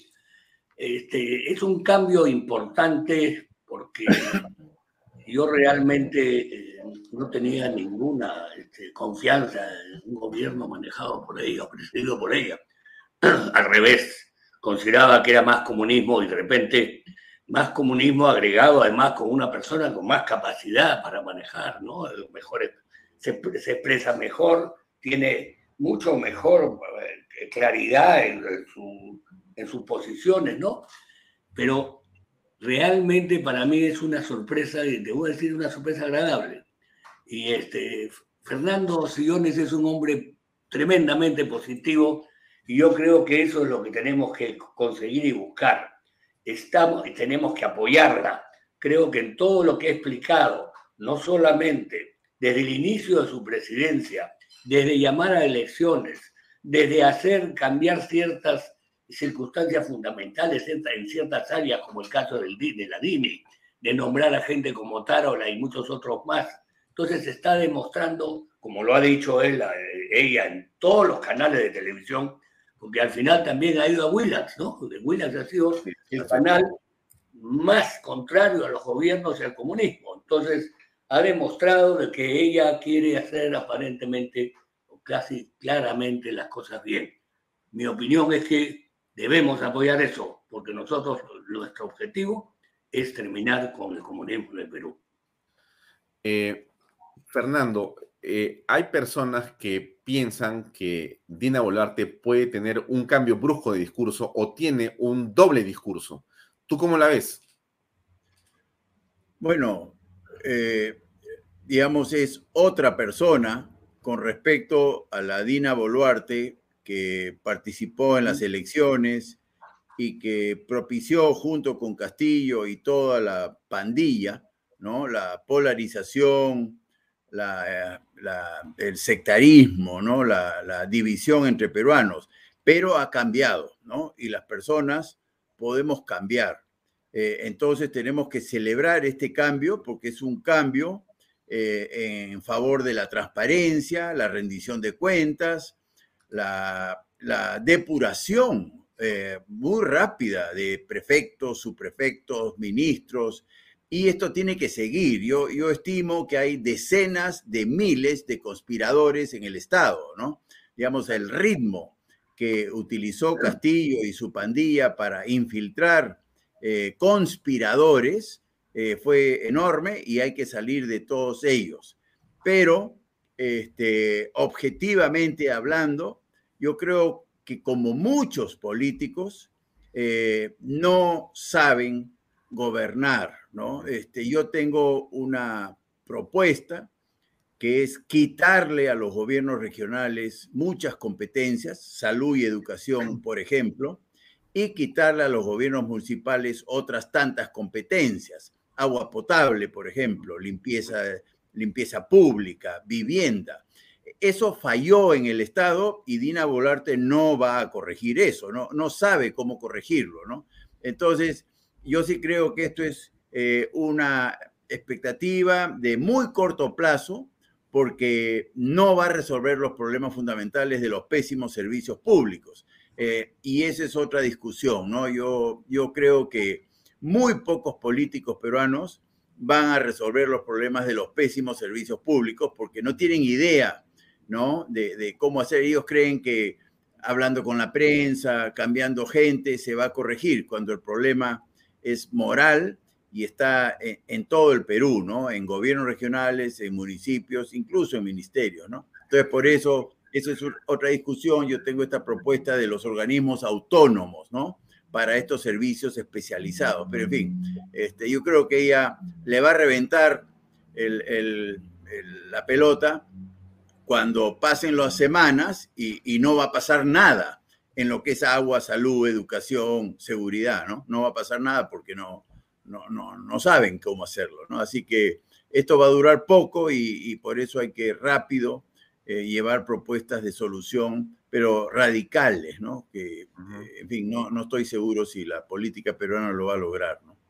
es un cambio importante porque yo realmente no tenía ninguna confianza en un gobierno manejado por ella, presidido por ella. Al revés, consideraba que era más comunismo y de repente más comunismo agregado además con una persona con más capacidad para manejar, ¿no? Mejor, se expresa mejor, tiene mucho mejor claridad en sus posiciones, ¿no? Pero realmente para mí es una sorpresa, y te voy a decir una sorpresa agradable. Y Fernando Sillones es un hombre tremendamente positivo y yo creo que eso es lo que tenemos que conseguir y buscar. Tenemos que apoyarla. Creo que en todo lo que he explicado, no solamente desde el inicio de su presidencia, desde llamar a elecciones, desde hacer cambiar ciertas circunstancias fundamentales en ciertas áreas, como el caso de la DINI, de nombrar a gente como Tarola y muchos otros más. Entonces se está demostrando, como lo ha dicho ella en todos los canales de televisión, porque al final también ha ido a Willax, ¿no? Porque Willax ha sido el canal más contrario a los gobiernos y al comunismo. Entonces ha demostrado de que ella quiere hacer aparentemente o casi claramente las cosas bien. Mi opinión es que debemos apoyar eso, porque nosotros, nuestro objetivo es terminar con el comunismo en el Perú. Fernando, hay personas que piensan que Dina Boluarte puede tener un cambio brusco de discurso o tiene un doble discurso. ¿Tú cómo la ves? Bueno, digamos, es otra persona con respecto a la Dina Boluarte que participó en las elecciones y que propició junto con Castillo y toda la pandilla, ¿no? La polarización, el sectarismo, ¿no? La división entre peruanos, pero ha cambiado, ¿no? Y las personas podemos cambiar. Entonces tenemos que celebrar este cambio porque es un cambio en favor de la transparencia, la rendición de cuentas, la depuración muy rápida de prefectos, subprefectos, ministros, y esto tiene que seguir. Yo estimo que hay decenas de miles de conspiradores en el Estado, ¿no? Digamos, el ritmo que utilizó Castillo y su pandilla para infiltrar conspiradores fue enorme y hay que salir de todos ellos. Pero, objetivamente hablando, yo creo que como muchos políticos no saben gobernar, ¿no? Yo tengo una propuesta que es quitarle a los gobiernos regionales muchas competencias, salud y educación, por ejemplo, y quitarle a los gobiernos municipales otras tantas competencias, agua potable, por ejemplo, limpieza pública, vivienda. Eso falló en el Estado y Dina Boluarte no va a corregir eso, no sabe cómo corregirlo, ¿no? Entonces, yo sí creo que esto es una expectativa de muy corto plazo porque no va a resolver los problemas fundamentales de los pésimos servicios públicos. Y esa es otra discusión, ¿no? Yo creo que muy pocos políticos peruanos van a resolver los problemas de los pésimos servicios públicos porque no tienen idea, ¿no? de cómo hacer. Ellos creen que hablando con la prensa, cambiando gente, se va a corregir, cuando el problema es moral y está en todo el Perú, ¿no? En gobiernos regionales, en municipios, incluso en ministerios, ¿no? Entonces, por eso es otra discusión. Yo tengo esta propuesta de los organismos autónomos, ¿no? Para estos servicios especializados. Pero, en fin, yo creo que ella le va a reventar la pelota cuando pasen las semanas y no va a pasar nada en lo que es agua, salud, educación, seguridad, ¿no? No va a pasar nada porque no no saben cómo hacerlo, ¿no? Así que esto va a durar poco y por eso hay que rápido llevar propuestas de solución, pero radicales, ¿no? Que, en fin, no estoy seguro si la política peruana lo va a lograr, ¿no?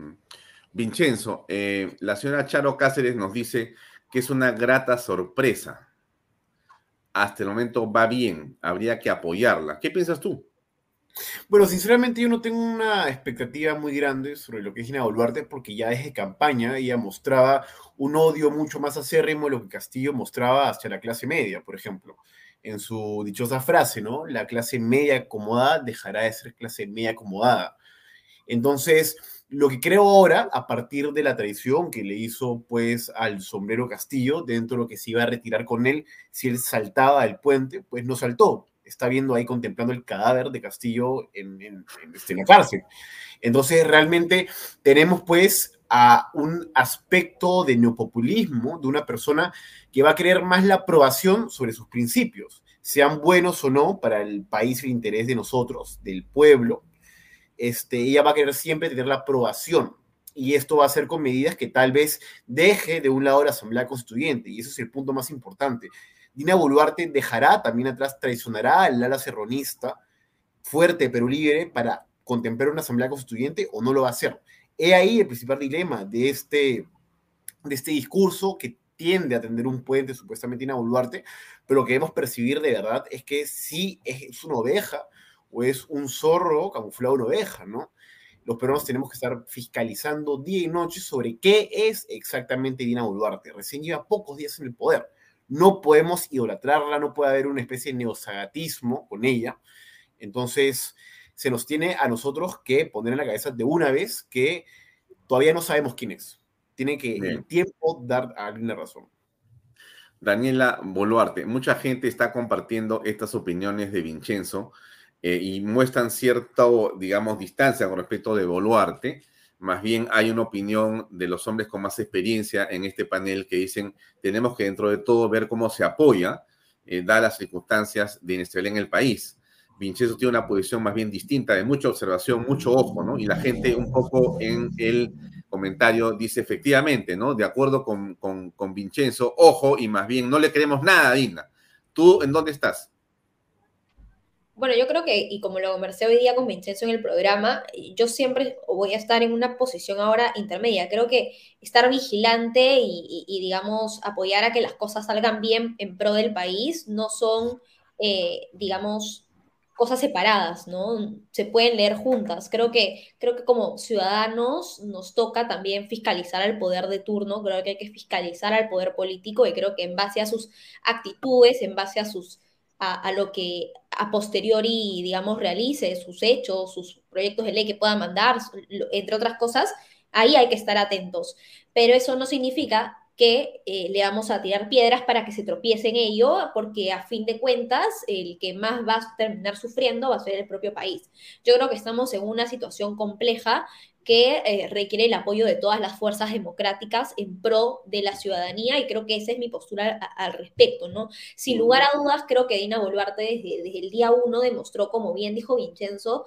Vincenzo, la señora Charo Cáceres nos dice que es una grata sorpresa. Hasta el momento va bien, habría que apoyarla. ¿Qué piensas tú? Bueno, sinceramente yo no tengo una expectativa muy grande sobre lo que es Dina Boluarte, porque ya desde campaña ella mostraba un odio mucho más acérrimo de lo que Castillo mostraba hacia la clase media, por ejemplo, en su dichosa frase, ¿no? La clase media acomodada dejará de ser clase media acomodada. Entonces, lo que creo ahora, a partir de la traición que le hizo pues al sombrero Castillo, dentro de lo que se iba a retirar con él, si él saltaba del puente, pues no saltó. Está viendo ahí contemplando el cadáver de Castillo en la cárcel. Entonces, realmente tenemos pues a un aspecto de neopopulismo de una persona que va a querer más la aprobación sobre sus principios, sean buenos o no para el país, el interés de nosotros, del pueblo. Ella va a querer siempre tener la aprobación. Y esto va a ser con medidas que tal vez deje de un lado la Asamblea Constituyente. Y ese es el punto más importante. Dina Boluarte dejará también atrás, traicionará al ala serronista fuerte Perú Libre para contemplar una Asamblea Constituyente o no lo va a hacer. He ahí el principal dilema de este discurso que tiende a tender un puente supuestamente Dina Boluarte, pero lo que debemos percibir de verdad es que sí es una oveja o es un zorro camuflado en oveja, ¿no? Los peruanos tenemos que estar fiscalizando día y noche sobre qué es exactamente Dina Boluarte. Recién lleva pocos días en el poder. No podemos idolatrarla, no puede haber una especie de neosagatismo con ella. Entonces, se nos tiene a nosotros que poner en la cabeza de una vez que todavía no sabemos quién es. Tiene que el tiempo dar alguna razón. Daniela Boluarte, mucha gente está compartiendo estas opiniones de Vincenzo y muestran cierta, digamos, distancia con respecto de Boluarte. Más bien hay una opinión de los hombres con más experiencia en este panel que dicen tenemos que dentro de todo ver cómo se apoya, dadas las circunstancias de inestabilidad en el país. Vincenzo tiene una posición más bien distinta, de mucha observación, mucho ojo, ¿no? Y la gente un poco en el comentario dice efectivamente, ¿no? De acuerdo con Vincenzo, ojo, y más bien no le queremos nada a Dina. ¿Tú en dónde estás? Bueno, yo creo que, y como lo conversé hoy día con Vincenzo en el programa, yo siempre voy a estar en una posición ahora intermedia. Creo que estar vigilante y digamos, apoyar a que las cosas salgan bien en pro del país no son, digamos, cosas separadas, ¿no? Se pueden leer juntas. Creo que como ciudadanos nos toca también fiscalizar al poder de turno, creo que hay que fiscalizar al poder político y creo que en base a sus actitudes, en base a lo que a posteriori, digamos, realice, sus hechos, sus proyectos de ley que pueda mandar, entre otras cosas, ahí hay que estar atentos. Pero eso no significa que le vamos a tirar piedras para que se tropiece en ello, porque a fin de cuentas el que más va a terminar sufriendo va a ser el propio país. Yo creo que estamos en una situación compleja que requiere el apoyo de todas las fuerzas democráticas en pro de la ciudadanía y creo que esa es mi postura al respecto, ¿no? Sin lugar a dudas, creo que Dina Boluarte desde el día 1 demostró, como bien dijo Vincenzo,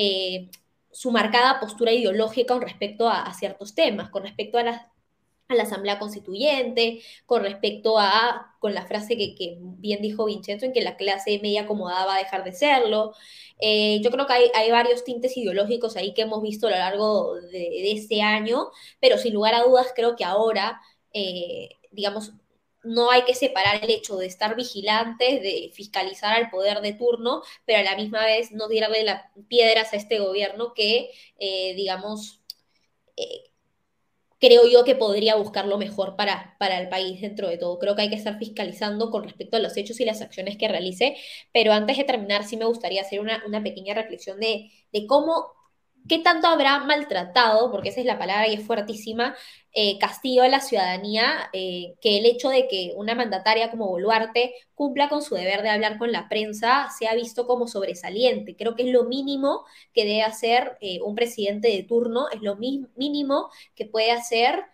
su marcada postura ideológica con respecto a ciertos temas, con respecto a la Asamblea Constituyente, con respecto con la frase que bien dijo Vincenzo, en que la clase media acomodada va a dejar de serlo. Yo creo que hay varios tintes ideológicos ahí que hemos visto a lo largo de este año, pero sin lugar a dudas creo que ahora, digamos, no hay que separar el hecho de estar vigilantes, de fiscalizar al poder de turno, pero a la misma vez no tirarle las piedras a este gobierno que, digamos, creo yo que podría buscar lo mejor para el país dentro de todo. Creo que hay que estar fiscalizando con respecto a los hechos y las acciones que realice, pero antes de terminar sí me gustaría hacer una pequeña reflexión de qué tanto habrá maltratado, porque esa es la palabra y es fuertísima, Castillo a la ciudadanía, que el hecho de que una mandataria como Boluarte cumpla con su deber de hablar con la prensa se ha visto como sobresaliente. Creo que es lo mínimo que debe hacer un presidente de turno, es lo mínimo que puede hacer,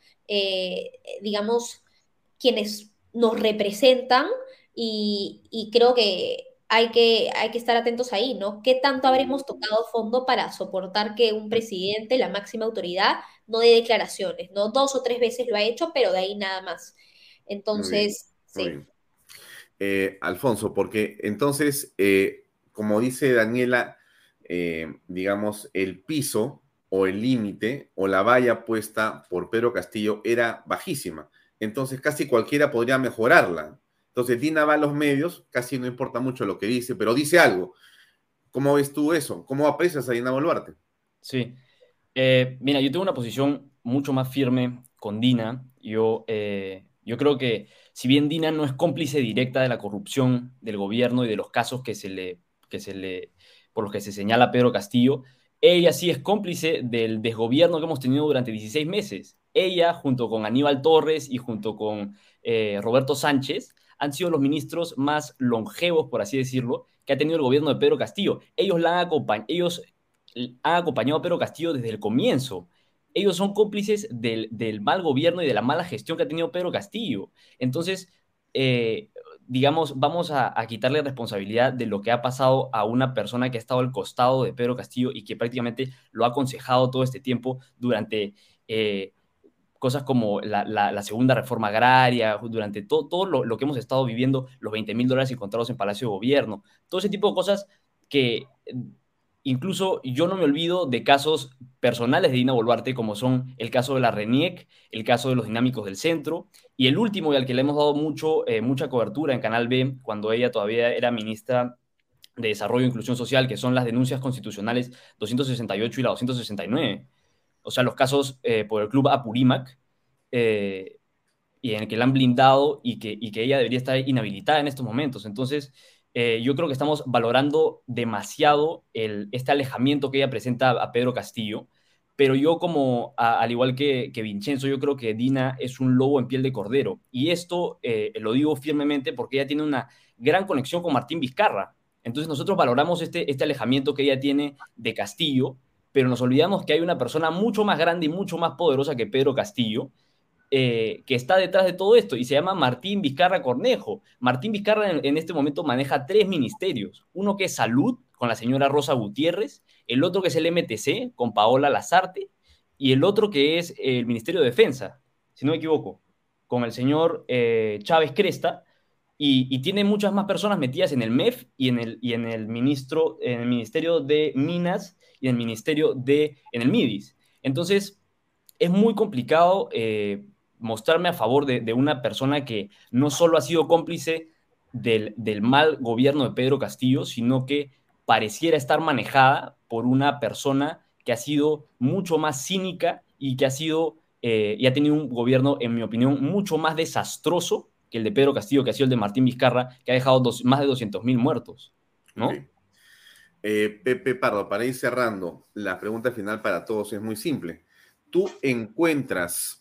digamos, quienes nos representan y creo que hay que estar atentos ahí, ¿no? ¿Qué tanto habremos tocado fondo para soportar que un presidente, la máxima autoridad, no dé declaraciones, ¿no? 2 o 3 veces lo ha hecho, pero de ahí nada más. Muy bien, Entonces, muy sí. bien. Alfonso, porque entonces, como dice Daniela, digamos, el piso o el límite o la valla puesta por Pedro Castillo era bajísima. Entonces casi cualquiera podría mejorarla. Entonces Dina va a los medios, casi no importa mucho lo que dice, pero dice algo. ¿Cómo ves tú eso? ¿Cómo aprecias a Dina Boluarte? Sí. Mira, yo tengo una posición mucho más firme con Dina. Yo creo que si bien Dina no es cómplice directa de la corrupción del gobierno y de los casos por los que se señala a Pedro Castillo, ella sí es cómplice del desgobierno que hemos tenido durante 16 meses. Ella, junto con Aníbal Torres y junto con Roberto Sánchez, han sido los ministros más longevos, por así decirlo, que ha tenido el gobierno de Pedro Castillo. Ellos han acompañado a Pedro Castillo desde el comienzo. Ellos son cómplices del mal gobierno y de la mala gestión que ha tenido Pedro Castillo. Entonces, eh, digamos, vamos a quitarle responsabilidad de lo que ha pasado a una persona que ha estado al costado de Pedro Castillo y que prácticamente lo ha aconsejado todo este tiempo durante cosas como la segunda reforma agraria, durante todo lo que hemos estado viviendo, los $20,000 encontrados en Palacio de Gobierno, todo ese tipo de cosas que incluso yo no me olvido de casos personales de Dina Boluarte, como son el caso de la RENIEC, el caso de los dinámicos del centro, y el último y al que le hemos dado mucha cobertura en Canal B, cuando ella todavía era ministra de Desarrollo e Inclusión Social, que son las denuncias constitucionales 268 y la 269. O sea, los casos por el Club Apurímac, eh, y en el que la han blindado y que ella debería estar inhabilitada en estos momentos. Entonces, yo creo que estamos valorando demasiado este alejamiento que ella presenta a Pedro Castillo, pero yo al igual que Vincenzo, yo creo que Dina es un lobo en piel de cordero. Y esto lo digo firmemente porque ella tiene una gran conexión con Martín Vizcarra. Entonces nosotros valoramos este alejamiento que ella tiene de Castillo, pero nos olvidamos que hay una persona mucho más grande y mucho más poderosa que Pedro Castillo, que está detrás de todo esto y se llama Martín Vizcarra Cornejo. Martín Vizcarra en este momento maneja 3 ministerios, uno que es Salud con la señora Rosa Gutiérrez, el otro que es el MTC con Paola Lazarte y el otro que es el Ministerio de Defensa, si no me equivoco, con el señor Chávez Cresta, y tiene muchas más personas metidas en el MEF y en el Ministerio de Minas y en el MIDIS. Entonces, es muy complicado mostrarme a favor de una persona que no solo ha sido cómplice del mal gobierno de Pedro Castillo, sino que pareciera estar manejada por una persona que ha sido mucho más cínica y que y ha tenido un gobierno, en mi opinión, mucho más desastroso que el de Pedro Castillo, que ha sido el de Martín Vizcarra, que ha dejado más de 200,000 muertos, ¿no? Okay. Pepe Pardo, para ir cerrando, la pregunta final para todos es muy simple. ¿Tú encuentras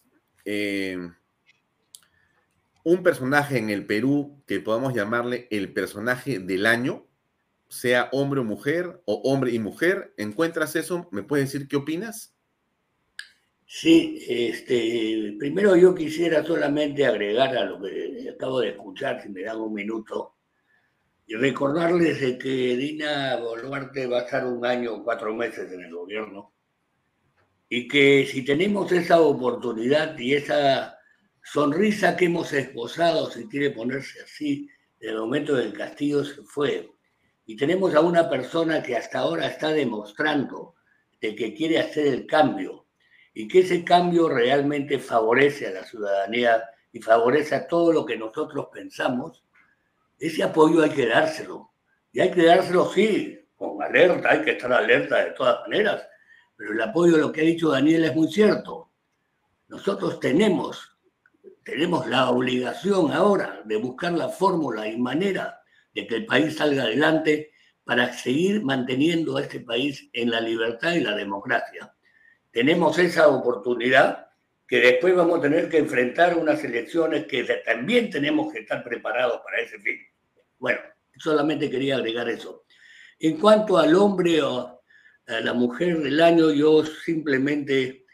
un personaje en el Perú que podamos llamarle el personaje del año, sea hombre o mujer, o hombre y mujer? ¿Encuentras eso? ¿Me puedes decir qué opinas? Sí, primero yo quisiera solamente agregar a lo que acabo de escuchar, si me dan un minuto, y recordarles de que Dina Boluarte va a estar 1 año o 4 meses en el gobierno, y que si tenemos esa oportunidad y esa sonrisa que hemos esbozado, si quiere ponerse así, en el momento en que Castillo se fue, y tenemos a una persona que hasta ahora está demostrando de que quiere hacer el cambio, y que ese cambio realmente favorece a la ciudadanía y favorece a todo lo que nosotros pensamos, ese apoyo hay que dárselo. Y hay que dárselo, sí, con alerta, hay que estar alerta de todas maneras, pero el apoyo a lo que ha dicho Daniel es muy cierto. Nosotros tenemos la obligación ahora de buscar la fórmula y manera de que el país salga adelante para seguir manteniendo a este país en la libertad y la democracia. Tenemos esa oportunidad que después vamos a tener que enfrentar unas elecciones que también tenemos que estar preparados para ese fin. Bueno, solamente quería agregar eso. En cuanto al hombre o a la mujer del año, yo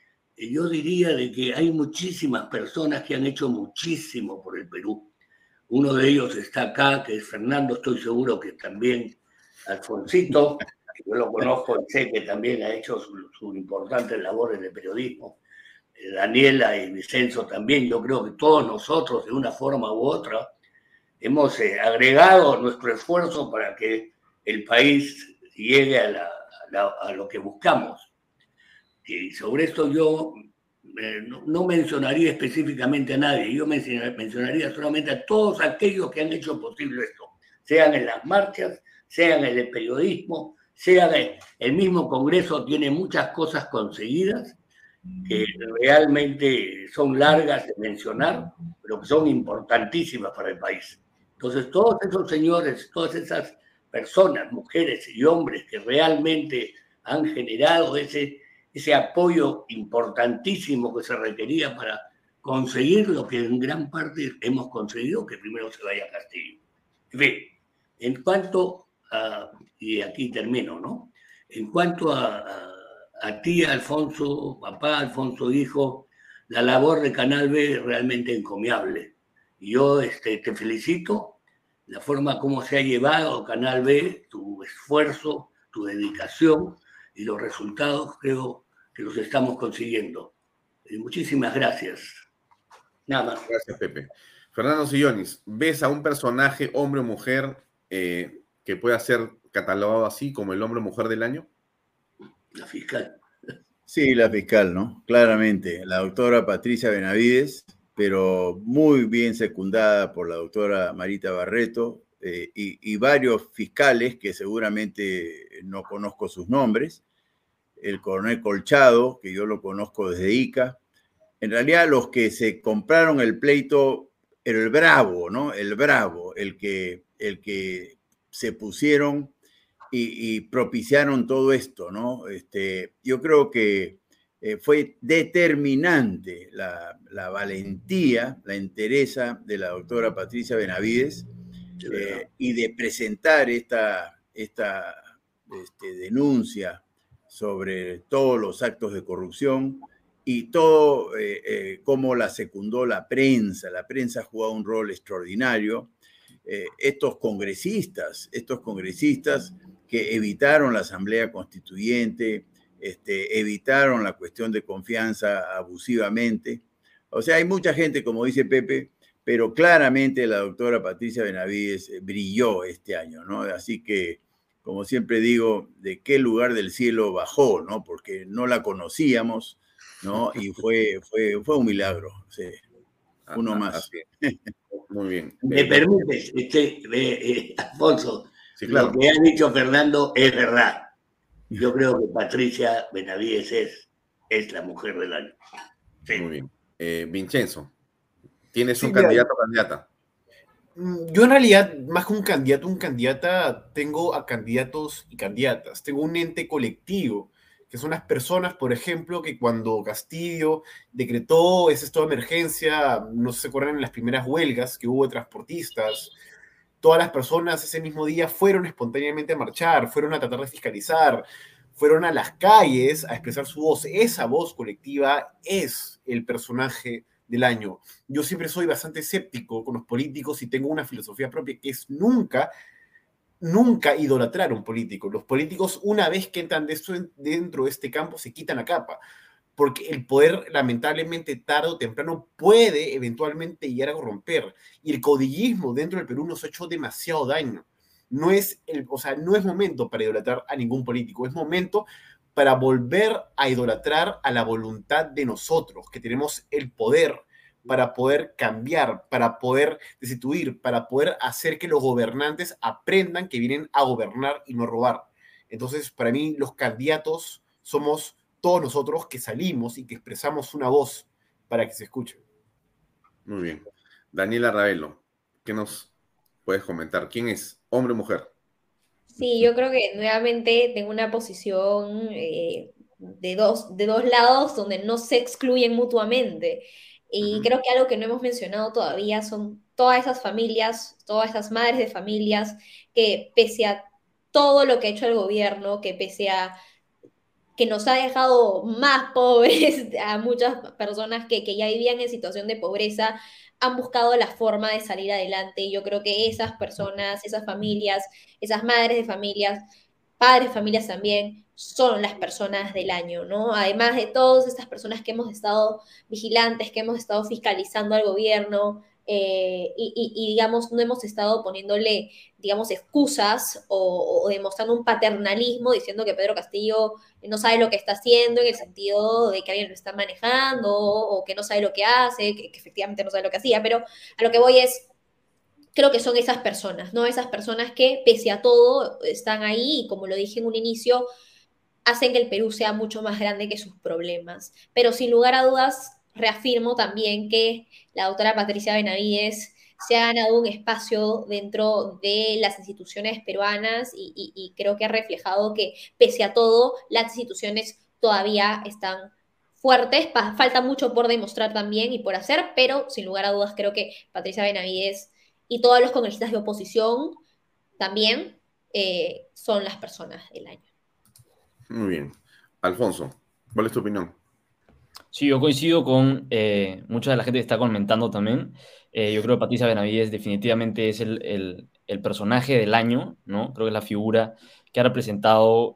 diría de que hay muchísimas personas que han hecho muchísimo por el Perú. Uno de ellos está acá, que es Fernando, estoy seguro que también Alfonsito, que yo lo conozco y sé que también ha hecho sus importantes labores de periodismo. Daniela y Vicenzo también, yo creo que todos nosotros, de una forma u otra, hemos agregado nuestro esfuerzo para que el país llegue a lo que buscamos. Y sobre esto yo no mencionaría específicamente a nadie, yo mencionaría solamente a todos aquellos que han hecho posible esto, sean en las marchas, sean en el periodismo, sean el mismo Congreso, tiene muchas cosas conseguidas que realmente son largas de mencionar, pero que son importantísimas para el país. Entonces, todos esos señores, todas esas personas, mujeres y hombres que realmente han generado ese apoyo importantísimo que se requería para conseguir lo que en gran parte hemos conseguido, que primero se vaya a Castillo. En fin, en cuanto a, y aquí termino, ¿no? En cuanto a ti, Alfonso, papá, Alfonso, hijo, la labor de Canal B es realmente encomiable. Y yo te felicito, la forma como se ha llevado Canal B, tu esfuerzo, tu dedicación y los resultados creo que los estamos consiguiendo. Y muchísimas gracias. Nada más. Gracias, Pepe. Fernando Sillonis, ¿ves a un personaje, hombre o mujer, que pueda ser catalogado así como el hombre o mujer del año? La fiscal. Sí, la fiscal, ¿no? Claramente, la doctora Patricia Benavides, pero muy bien secundada por la doctora Marita Barreto y varios fiscales que seguramente no conozco sus nombres, el coronel Colchado, que yo lo conozco desde Ica. En realidad los que se compraron el pleito era el Bravo, ¿no? El Bravo, el que se pusieron y propiciaron todo esto, ¿no? Yo creo que fue determinante la valentía, la entereza de la doctora Patricia Benavides y de presentar esta denuncia sobre todos los actos de corrupción y todo cómo la secundó la prensa. La prensa ha jugado un rol extraordinario. Estos congresistas que evitaron la Asamblea Constituyente, evitaron la cuestión de confianza abusivamente. O sea, hay mucha gente, como dice Pepe, pero claramente la doctora Patricia Benavides brilló este año, ¿no? Así que, como siempre digo, ¿de qué lugar del cielo bajó, no? Porque no la conocíamos, ¿no? Y fue un milagro, sí. Uno más. Muy bien. ¿Me permites, Alfonso? Sí, claro. Lo que ha dicho Fernando es verdad. Yo creo que Patricia Benavides es la mujer del año. Sí. Muy bien. Vincenzo, ¿tienes un candidato o candidata? Yo en realidad, más que un candidato o candidata, tengo a candidatos y candidatas. Tengo un ente colectivo, que son las personas, por ejemplo, que cuando Castillo decretó ese estado de emergencia, no se acuerdan en las primeras huelgas que hubo de transportistas, todas las personas ese mismo día fueron espontáneamente a marchar, fueron a tratar de fiscalizar, fueron a las calles a expresar su voz. Esa voz colectiva es el personaje del año. Yo siempre soy bastante escéptico con los políticos y tengo una filosofía propia que es nunca idolatrar a un político. Los políticos, una vez que entran dentro de este campo, se quitan la capa, porque el poder, lamentablemente, tarde o temprano, puede eventualmente llegar a corromper. Y el caudillismo dentro del Perú nos ha hecho demasiado daño. No es momento para idolatrar a ningún político, es momento para volver a idolatrar a la voluntad de nosotros, que tenemos el poder para poder cambiar, para poder destituir, para poder hacer que los gobernantes aprendan que vienen a gobernar y no robar. Entonces, para mí, los candidatos somos todos nosotros que salimos y que expresamos una voz para que se escuche. Muy bien. Daniela Ravelo, ¿qué nos puedes comentar? ¿Quién es? ¿Hombre o mujer? Sí, yo creo que nuevamente tengo una posición de dos lados donde no se excluyen mutuamente. Y creo que algo que no hemos mencionado todavía son todas esas familias, todas esas madres de familias que pese a todo lo que ha hecho el gobierno, que pese a que nos ha dejado más pobres a muchas personas que ya vivían en situación de pobreza, han buscado la forma de salir adelante. Y yo creo que esas personas, esas familias, esas madres de familias, padres de familias también, son las personas del año, ¿no? Además de todas estas personas que hemos estado vigilantes, que hemos estado fiscalizando al gobierno, digamos, no hemos estado poniéndole, digamos, excusas o demostrando un paternalismo diciendo que Pedro Castillo no sabe lo que está haciendo en el sentido de que alguien lo está manejando o que no sabe lo que hace, que efectivamente no sabe lo que hacía, pero a lo que voy es, creo que son esas personas, ¿no? Esas personas que, pese a todo, están ahí y, como lo dije en un inicio, hacen que el Perú sea mucho más grande que sus problemas. Pero sin lugar a dudas, reafirmo también que la doctora Patricia Benavides se ha ganado un espacio dentro de las instituciones peruanas y creo que ha reflejado que, pese a todo, las instituciones todavía están fuertes. Falta mucho por demostrar también y por hacer, pero sin lugar a dudas creo que Patricia Benavides y todos los congresistas de oposición también son las personas del año. Muy bien. Alfonso, ¿cuál es tu opinión? Sí, yo coincido con mucha de la gente que está comentando también. Yo creo que Patricia Benavides definitivamente es el personaje del año, ¿no? Creo que es la figura que ha representado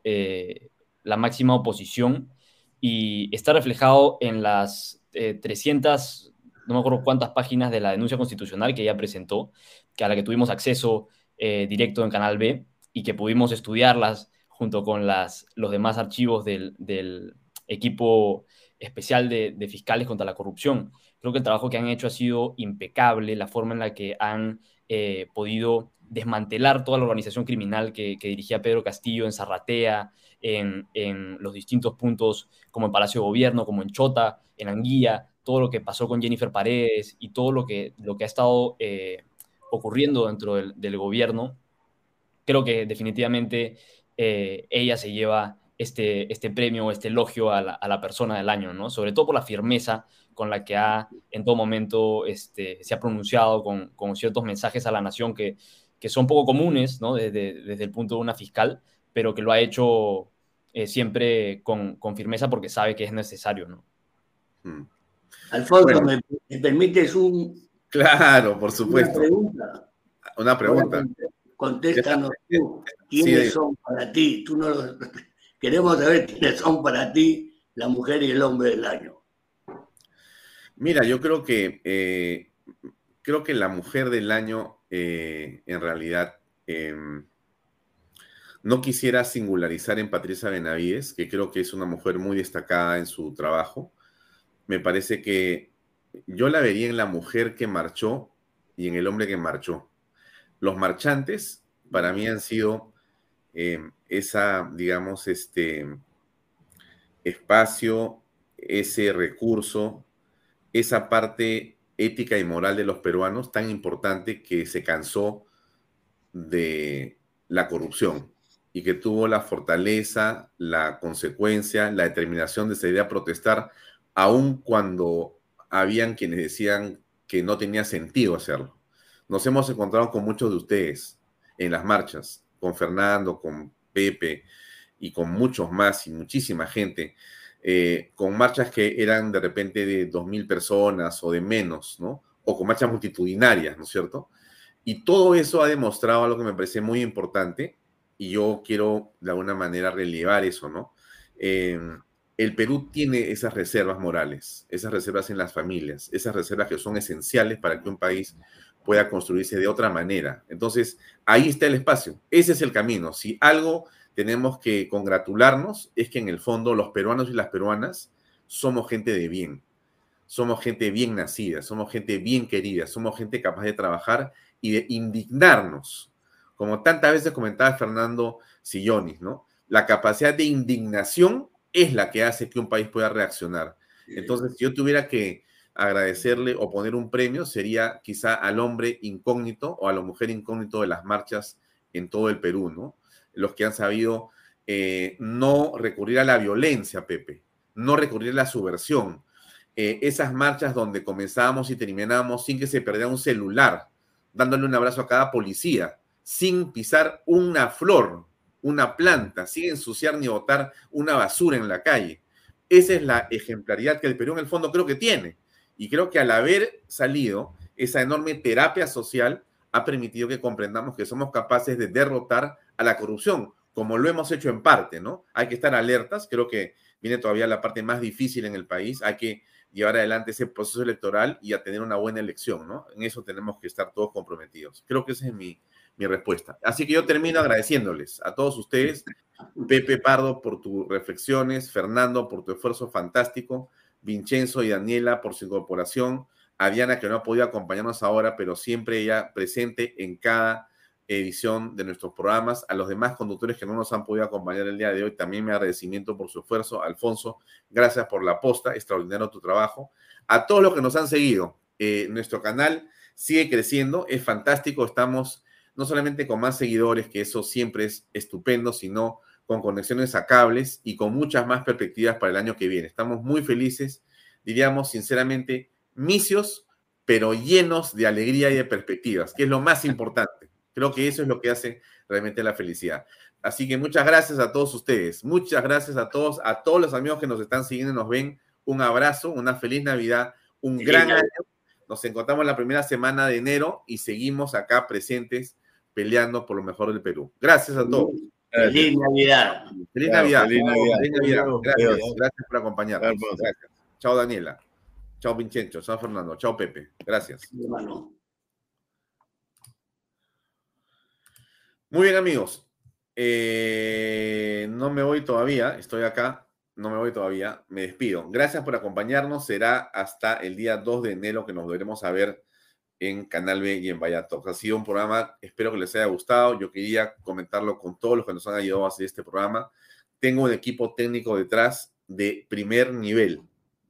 la máxima oposición y está reflejado en las 300, no me acuerdo cuántas páginas de la denuncia constitucional que ella presentó, que a la que tuvimos acceso directo en Canal B y que pudimos estudiarlas junto con los demás archivos del equipo especial de fiscales contra la corrupción. Creo que el trabajo que han hecho ha sido impecable, la forma en la que han podido desmantelar toda la organización criminal que dirigía Pedro Castillo en Zarratea, en los distintos puntos, como en Palacio de Gobierno, como en Chota, en Anguilla, todo lo que pasó con Jennifer Paredes y todo lo que ha estado ocurriendo dentro del gobierno. Creo que definitivamente ella se lleva este premio, este elogio a la persona del año, ¿no? Sobre todo por la firmeza con la que en todo momento se ha pronunciado con ciertos mensajes a la nación que son poco comunes, ¿no? Desde el punto de una fiscal, pero que lo ha hecho siempre con firmeza porque sabe que es necesario, ¿no? Alfonso, bueno, ¿me permites Claro, por supuesto. Una pregunta. Contéstanos tú, ¿quiénes son para ti? Queremos saber quiénes son para ti la mujer y el hombre del año. Mira, yo creo que la mujer del año, en realidad, no quisiera singularizar en Patricia Benavides, que creo que es una mujer muy destacada en su trabajo. Me parece que yo la vería en la mujer que marchó y en el hombre que marchó. Los marchantes, para mí, han sido digamos, espacio, ese recurso, esa parte ética y moral de los peruanos tan importante que se cansó de la corrupción y que tuvo la fortaleza, la consecuencia, la determinación de salir a protestar, aun cuando habían quienes decían que no tenía sentido hacerlo. Nos hemos encontrado con muchos de ustedes en las marchas, con Fernando, con Pepe y con muchos más y muchísima gente, con marchas que eran de repente de 2,000 personas o de menos, ¿no? O con marchas multitudinarias, ¿no es cierto? Y todo eso ha demostrado algo que me parece muy importante y yo quiero de alguna manera relevar eso, ¿no? El Perú tiene esas reservas morales, esas reservas en las familias, esas reservas que son esenciales para que un país pueda construirse de otra manera. Entonces, ahí está el espacio. Ese es el camino. Si algo tenemos que congratularnos es que en el fondo los peruanos y las peruanas somos gente de bien. Somos gente bien nacida, somos gente bien querida, somos gente capaz de trabajar y de indignarnos. Como tantas veces comentaba Fernando Sillonis, ¿no? La capacidad de indignación es la que hace que un país pueda reaccionar. Entonces, si yo tuviera que agradecerle o poner un premio, sería quizá al hombre incógnito o a la mujer incógnito de las marchas en todo el Perú, ¿no? Los que han sabido no recurrir a la violencia, Pepe, no recurrir a la subversión. Esas marchas donde comenzábamos y terminábamos sin que se perdiera un celular, dándole un abrazo a cada policía, sin pisar una flor, una planta, sin ensuciar ni botar una basura en la calle. Esa es la ejemplaridad que el Perú en el fondo creo que tiene. Y creo que al haber salido esa enorme terapia social ha permitido que comprendamos que somos capaces de derrotar a la corrupción, como lo hemos hecho en parte, ¿no? Hay que estar alertas, creo que viene todavía la parte más difícil en el país, hay que llevar adelante ese proceso electoral y a tener una buena elección, ¿no? En eso tenemos que estar todos comprometidos. Creo que esa es mi respuesta. Así que yo termino agradeciéndoles a todos ustedes, Pepe Pardo por tus reflexiones, Fernando por tu esfuerzo fantástico, Vincenzo y Daniela por su incorporación, a Diana que no ha podido acompañarnos ahora, pero siempre ella presente en cada edición de nuestros programas, a los demás conductores que no nos han podido acompañar el día de hoy, también mi agradecimiento por su esfuerzo. Alfonso, gracias por la posta, extraordinario tu trabajo. A todos los que nos han seguido, nuestro canal sigue creciendo, es fantástico, estamos no solamente con más seguidores, que eso siempre es estupendo, sino con conexiones a cables y con muchas más perspectivas para el año que viene. Estamos muy felices, diríamos sinceramente, misios, pero llenos de alegría y de perspectivas, que es lo más importante. Creo que eso es lo que hace realmente la felicidad. Así que muchas gracias a todos ustedes. Muchas gracias a todos los amigos que nos están siguiendo y nos ven. Un abrazo, una feliz Navidad, un gran año. Nos encontramos la primera semana de enero y seguimos acá presentes peleando por lo mejor del Perú. Gracias a todos. Feliz Navidad. Feliz Navidad. Feliz Navidad. Gracias por acompañarnos. Gracias. Chao, Daniela. Chao, Vincenzo. Chao, Fernando. Chao, Pepe. Gracias. Muy bien, amigos. No me voy todavía. Estoy acá. No me voy todavía. Me despido. Gracias por acompañarnos. Será hasta el día 2 de enero que nos volveremos a ver en Canal B y en Vaya Talks. Ha sido un programa, espero que les haya gustado. Yo quería comentarlo con todos los que nos han ayudado a hacer este programa. Tengo un equipo técnico detrás de primer nivel.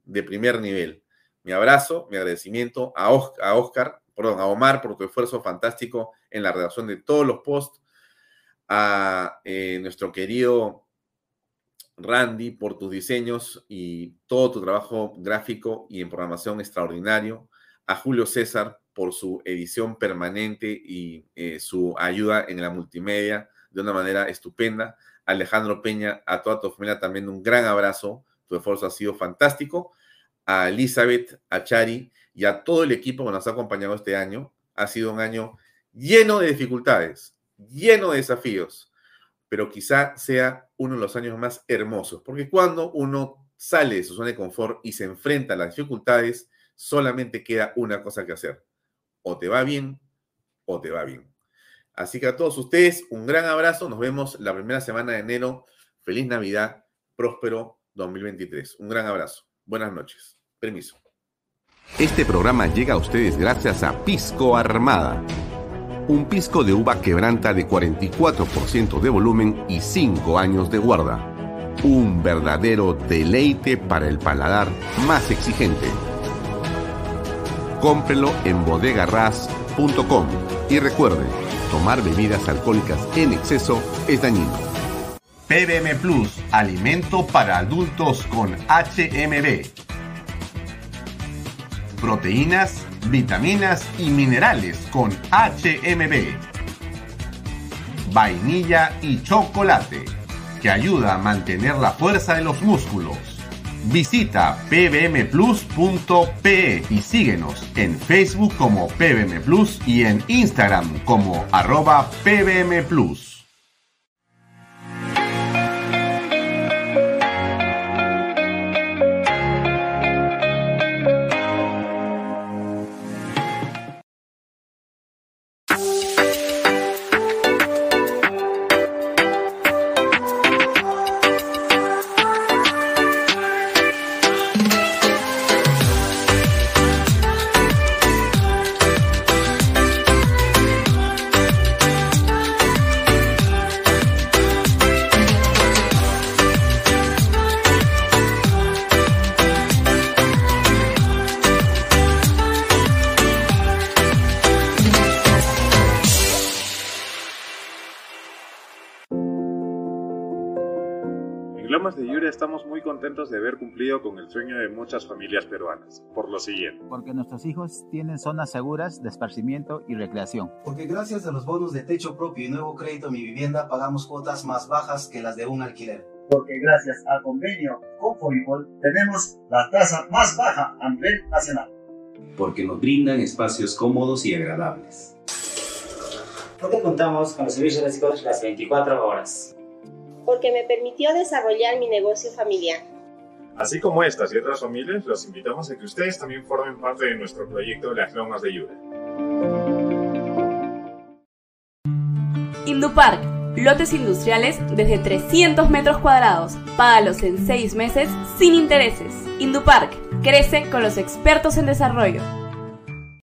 Mi abrazo, mi agradecimiento a Omar por tu esfuerzo fantástico en la redacción de todos los posts, a nuestro querido Randy por tus diseños y todo tu trabajo gráfico y en programación extraordinario, a Julio César por su edición permanente y su ayuda en la multimedia de una manera estupenda, a Alejandro Peña, a toda tu familia también un gran abrazo, tu esfuerzo ha sido fantástico, a Elizabeth, a Chari y a todo el equipo que nos ha acompañado este año. Ha sido un año lleno de dificultades, lleno de desafíos, pero quizá sea uno de los años más hermosos, porque cuando uno sale de su zona de confort y se enfrenta a las dificultades, solamente queda una cosa que hacer. O te va bien, o te va bien. Así que a todos ustedes, un gran abrazo. Nos vemos la primera semana de enero. Feliz Navidad, próspero 2023. Un gran abrazo. Buenas noches. Permiso. Este programa llega a ustedes gracias a Pisco Armada. Un pisco de uva quebranta de 44% de volumen y 5 años de guarda. Un verdadero deleite para el paladar más exigente. Cómprelo en bodegarras.com y recuerde, tomar bebidas alcohólicas en exceso es dañino. PBM Plus, alimento para adultos con HMB. Proteínas, vitaminas y minerales con HMB. Vainilla y chocolate, que ayuda a mantener la fuerza de los músculos. Visita pbmplus.pe y síguenos en Facebook como PBM Plus y en Instagram como @pbmplus. Estamos muy contentos de haber cumplido con el sueño de muchas familias peruanas, por lo siguiente. Porque nuestros hijos tienen zonas seguras de esparcimiento y recreación. Porque gracias a los bonos de techo propio y nuevo crédito Mi Vivienda pagamos cuotas más bajas que las de un alquiler. Porque gracias al convenio con Fovipol tenemos la tasa más baja a nivel nacional. porque nos brindan espacios cómodos y agradables. Porque contamos con los servicios básicos las 24 horas. Porque me permitió desarrollar mi negocio familiar. Así como estas y otras familias, los invitamos a que ustedes también formen parte de nuestro proyecto Las Lomas de Yura. Indupark, lotes industriales desde 300 metros cuadrados. Págalos en 6 meses sin intereses. Indupark, crece con los expertos en desarrollo.